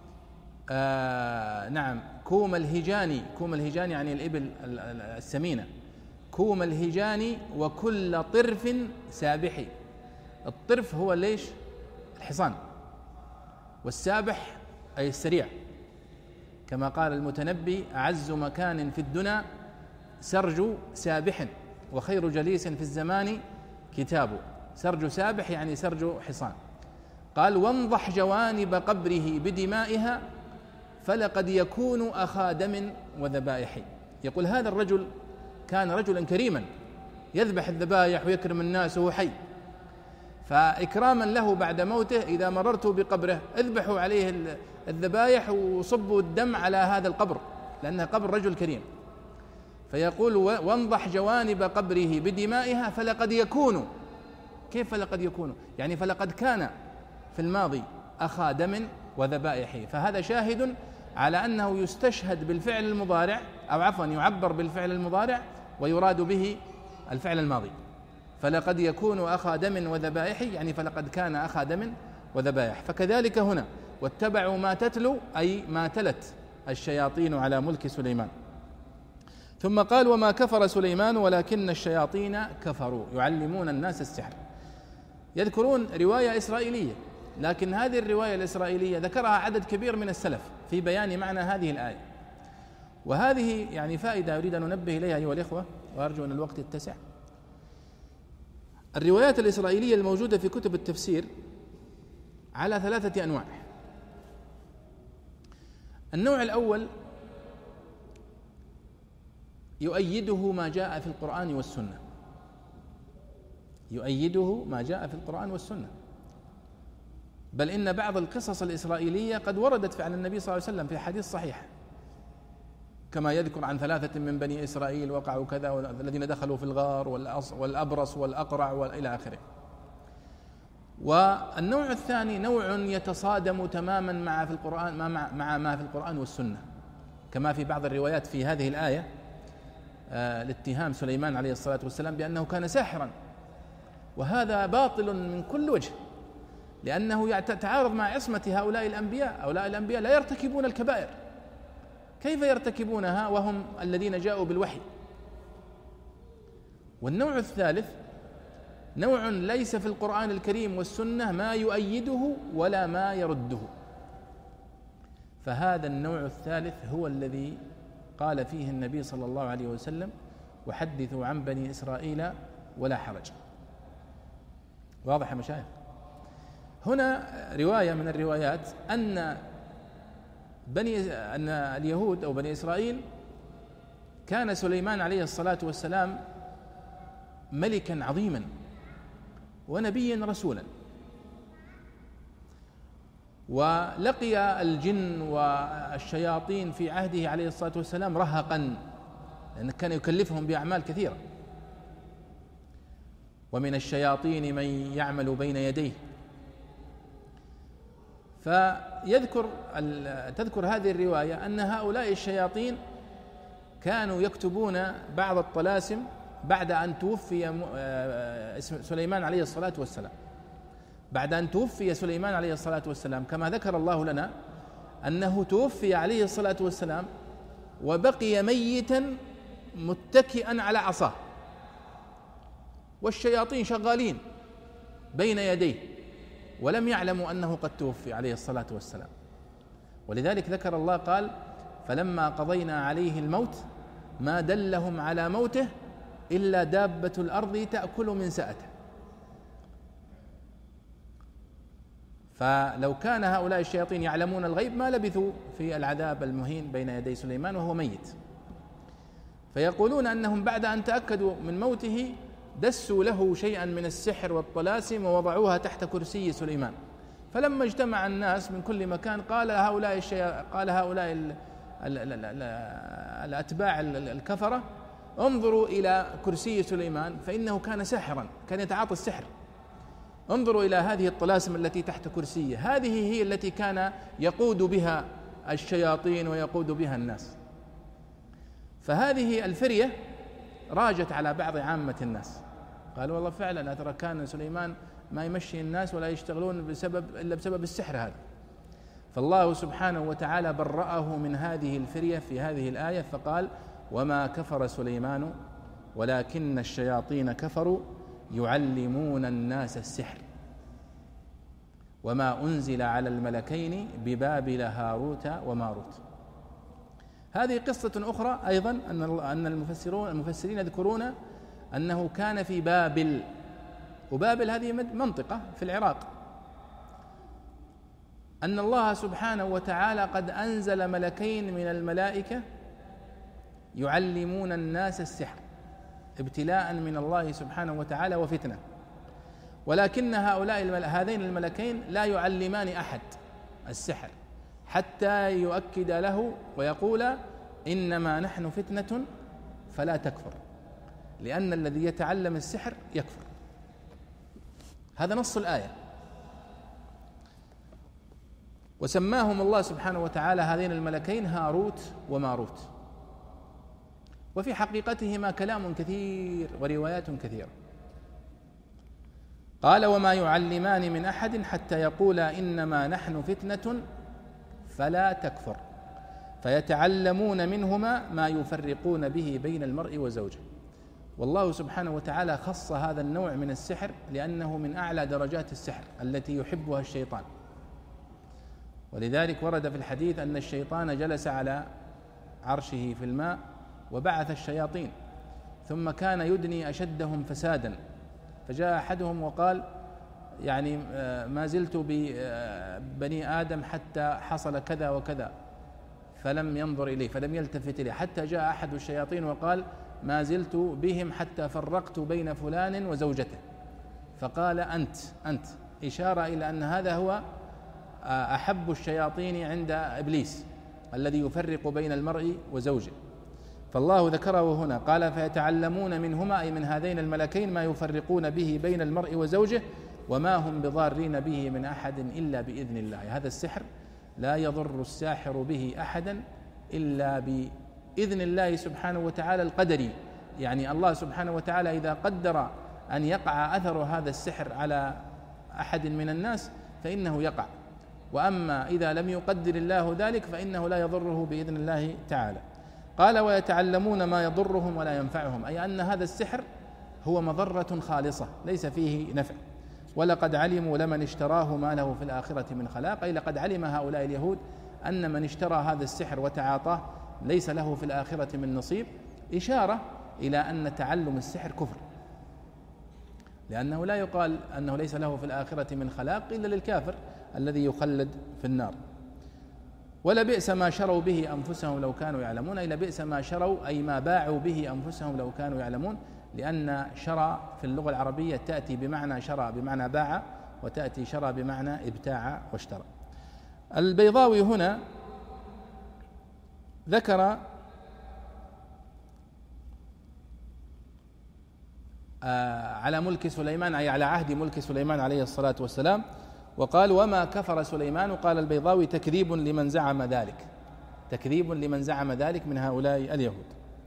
آه نعم، كوم الهجان، كوم الهجان يعني الإبل السمينة، كوم الهجان وكل طرف سابح. الطرف هو ليش؟ الحصان، والسابح أي السريع، كما قال المتنبي: أعز مكان في الدنا سرج سابح، وخير جليس في الزمان كتاب. سرج سابح يعني سرج حصان. قال وانضح جوانب قبره بدمائها فلقد يكون أخا دم وذبائح. يقول هذا الرجل كان رجلا كريما يذبح الذبائح ويكرم الناس وهو حي، فإكراما له بعد موته إذا مررتوا بقبره اذبحوا عليه الذبائح وصبوا الدم على هذا القبر لأنه قبر رجل كريم. فيقول وانضح جوانب قبره بدمائها فلقد يكون. كيف فلقد يكون؟ يعني فلقد كان في الماضي أخا دم وذبائح، فهذا شاهد على أنه يستشهد بالفعل المضارع، أو عفوا يعبر بالفعل المضارع ويراد به الفعل الماضي. فلقد يكون أخا دم وذبائح يعني فلقد كان أخا دم وذبائح. فكذلك هنا واتبعوا ما تتلو أي ما تلت الشياطين على ملك سليمان. ثم قال وما كفر سليمان ولكن الشياطين كفروا يعلمون الناس السحر. يذكرون رواية إسرائيلية، لكن هذه الرواية الإسرائيلية ذكرها عدد كبير من السلف في بيان معنى هذه الآية، وهذه يعني فائدة أريد أن ننبه إليها أيها الإخوة وأرجو أن الوقت يتسع. الروايات الإسرائيلية الموجودة في كتب التفسير على ثلاثة أنواع. النوع الأول يؤيده ما جاء في القرآن والسنة، يؤيده ما جاء في القرآن والسنة، بل إن بعض القصص الإسرائيلية قد وردت عن النبي صلى الله عليه وسلم في حديث صحيح، كما يذكر عن ثلاثة من بني إسرائيل وقعوا كذا والذين دخلوا في الغار والأبرص والأقرع وإلى آخره. والنوع الثاني نوع يتصادم تماما مع في القرآن مع مع ما في القرآن والسنة، كما في بعض الروايات في هذه الآية آه لاتهام سليمان عليه الصلاة والسلام بأنه كان ساحرا، وهذا باطل من كل وجه، لأنه يتعارض مع عصمة هؤلاء الأنبياء. هؤلاء الأنبياء لا يرتكبون الكبائر، كيف يرتكبونها وهم الذين جاءوا بالوحي؟ والنوع الثالث نوع ليس في القرآن الكريم والسنة ما يؤيده ولا ما يرده، فهذا النوع الثالث هو الذي قال فيه النبي صلى الله عليه وسلم وحدثوا عن بني إسرائيل ولا حرج. واضح يا مشايخ؟ هنا رواية من الروايات أن بني أن اليهود أو بني إسرائيل كان سليمان عليه الصلاة والسلام ملكا عظيما ونبيا رسولا، ولقي الجن والشياطين في عهده عليه الصلاة والسلام رهقا، لأنه كان يكلفهم بأعمال كثيرة، ومن الشياطين من يعمل بين يديه. فيذكر تذكر هذه الرواية أن هؤلاء الشياطين كانوا يكتبون بعض الطلاسم بعد أن توفي سليمان عليه الصلاة والسلام، بعد أن توفي سليمان عليه الصلاة والسلام، كما ذكر الله لنا أنه توفي عليه الصلاة والسلام وبقي ميتا متكئا على عصاه، والشياطين شغالين بين يديه ولم يعلموا أنه قد توفي عليه الصلاة والسلام. ولذلك ذكر الله قال فلما قضينا عليه الموت ما دلهم على موته إلا دابة الأرض تأكل من سأته. فلو كان هؤلاء الشياطين يعلمون الغيب ما لبثوا في العذاب المهين بين يدي سليمان وهو ميت. فيقولون أنهم بعد أن تأكدوا من موته دسوا له شيئا من السحر والطلاسم ووضعوها تحت كرسي سليمان، فلما اجتمع الناس من كل مكان قال هؤلاء الشيا... قال هؤلاء ال... ال... ال... ال... الأتباع الكفرة انظروا إلى كرسي سليمان فإنه كان ساحرا، كان يتعاطى السحر، انظروا إلى هذه الطلاسم التي تحت كرسيه، هذه هي التي كان يقود بها الشياطين ويقود بها الناس. فهذه الفرية راجت على بعض عامة الناس، قالوا والله فعلا ترى كان سليمان ما يمشي الناس ولا يشتغلون بسبب إلا بسبب السحر هذا. فالله سبحانه وتعالى برأه من هذه الفرية في هذه الآية فقال وما كفر سليمان ولكن الشياطين كفروا يعلمون الناس السحر وما أنزل على الملكين ببابل هاروت وماروت. هذه قصة أخرى أيضا أن أن المفسرون المفسرين يذكرون أنه كان في بابل، وبابل هذه منطقة في العراق، أن الله سبحانه وتعالى قد أنزل ملكين من الملائكة يعلمون الناس السحر ابتلاء من الله سبحانه وتعالى وفتنة، ولكن هؤلاء المل... هذين الملكين لا يعلمان أحد السحر حتى يؤكد له ويقول إنما نحن فتنة فلا تكفر، لأن الذي يتعلم السحر يكفر. هذا نص الآية. وسماهم الله سبحانه وتعالى هذين الملكين هاروت وماروت، وفي حقيقتهما كلام كثير وروايات كثيرة. قال وما يعلمان من أحد حتى يقولا إنما نحن فتنة فلا تكفر، فيتعلمون منهما ما يفرقون به بين المرء وزوجه. والله سبحانه وتعالى خص هذا النوع من السحر لأنه من أعلى درجات السحر التي يحبها الشيطان، ولذلك ورد في الحديث أن الشيطان جلس على عرشه في الماء وبعث الشياطين، ثم كان يدني أشدهم فسادا، فجاء أحدهم وقال يعني ما زلت ببني آدم حتى حصل كذا وكذا، فلم ينظر إليه فلم يلتفت إليه، حتى جاء أحد الشياطين وقال ما زلت بهم حتى فرقت بين فلان وزوجته، فقال أنت أنت إشارة إلى أن هذا هو أحب الشياطين عند إبليس الذي يفرق بين المرء وزوجه. فالله ذكره هنا قال فيتعلمون منهما أي من هذين الملكين ما يفرقون به بين المرء وزوجه وما هم بضارين به من أحد إلا بإذن الله. هذا السحر لا يضر الساحر به أحدا إلا بإذن الله سبحانه وتعالى القدري، يعني الله سبحانه وتعالى إذا قدر أن يقع أثر هذا السحر على أحد من الناس فإنه يقع، وأما إذا لم يقدر الله ذلك فإنه لا يضره بإذن الله تعالى. قال ويتعلمون ما يضرهم ولا ينفعهم، أي أن هذا السحر هو مضرة خالصة ليس فيه نفع. ولقد علموا لمن اشتراه ما له في الآخرة من خلاق، أي لقد علم هؤلاء اليهود أن من اشترى هذا السحر وتعاطاه ليس له في الآخرة من نصيب، إشارة إلى أن تعلم السحر كفر، لأنه لا يقال أنه ليس له في الآخرة من خلاق إلا للكافر الذي يخلد في النار. ولبئس ما شروا به أنفسهم لو كانوا يعلمون، أي لبئس ما شروا أي ما باعوا به أنفسهم لو كانوا يعلمون، لأن شرى في اللغة العربية تأتي بمعنى شرى بمعنى باع، وتأتي شرى بمعنى ابتاع واشترى. البيضاوي هنا ذكر على ملك سليمان أي على عهد ملك سليمان عليه الصلاة والسلام، وقال وما كفر سليمان، قال البيضاوي تكذيب لمن زعم ذلك، تكذيب لمن زعم ذلك من هؤلاء اليهود.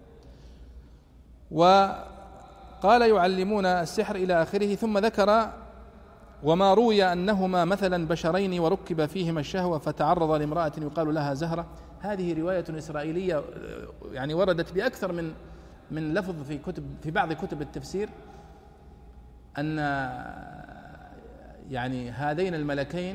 وقال يعلمون السحر إلى آخره، ثم ذكر وما روي أنهما مثلا بشرين وركب فيهما الشهوة فتعرض لامرأة يقال لها زهرة. هذه رواية إسرائيلية يعني وردت بأكثر من من لفظ في كتب في بعض كتب التفسير، أن يعني هذين الملكين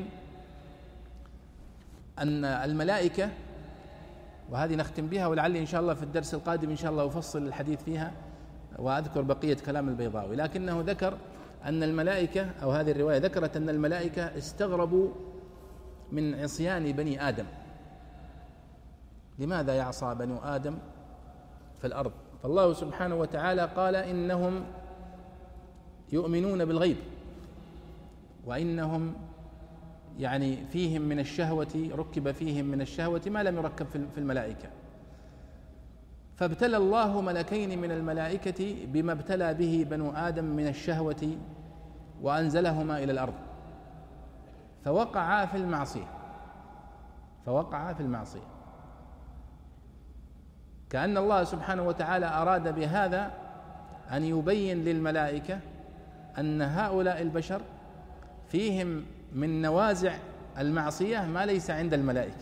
أن الملائكة، وهذه نختم بها ولعلي إن شاء الله في الدرس القادم إن شاء الله أفصل الحديث فيها وأذكر بقية كلام البيضاوي، لكنه ذكر أن الملائكة أو هذه الرواية ذكرت أن الملائكة استغربوا من عصيان بني آدم. لماذا يعصى بنو آدم في الأرض؟ فالله سبحانه وتعالى قال إنهم يؤمنون بالغيب، وإنهم يعني فيهم من الشهوة ركب فيهم من الشهوة ما لم يركب في الملائكة، فابتلى الله ملكين من الملائكة بما ابتلى به بنو آدم من الشهوة وأنزلهما إلى الأرض، فوقعا في المعصية فوقعا في المعصية كأن الله سبحانه وتعالى أراد بهذا أن يبين للملائكة أن هؤلاء البشر فيهم من نوازع المعصية ما ليس عند الملائكة.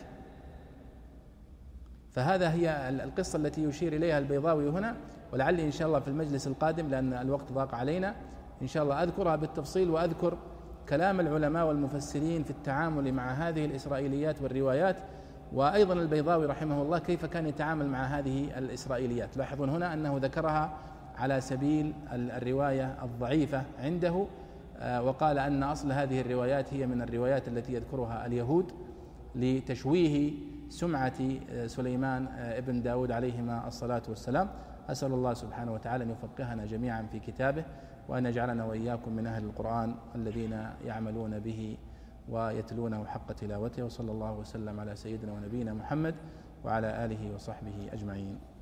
فهذا هي القصة التي يشير إليها البيضاوي هنا، ولعلي إن شاء الله في المجلس القادم لأن الوقت ضاق علينا إن شاء الله أذكرها بالتفصيل، وأذكر كلام العلماء والمفسرين في التعامل مع هذه الإسرائيليات والروايات، وأيضا البيضاوي رحمه الله كيف كان يتعامل مع هذه الإسرائيليات. لاحظون هنا أنه ذكرها على سبيل الرواية الضعيفة عنده، وقال أن أصل هذه الروايات هي من الروايات التي يذكرها اليهود لتشويه سمعة سليمان ابن داود عليهما الصلاة والسلام. أسأل الله سبحانه وتعالى أن يفقهنا جميعا في كتابه، وأن يجعلنا وإياكم من أهل القرآن الذين يعملون به ويتلونه حق تلاوته. وصلى الله وسلم على سيدنا ونبينا محمد وعلى آله وصحبه أجمعين.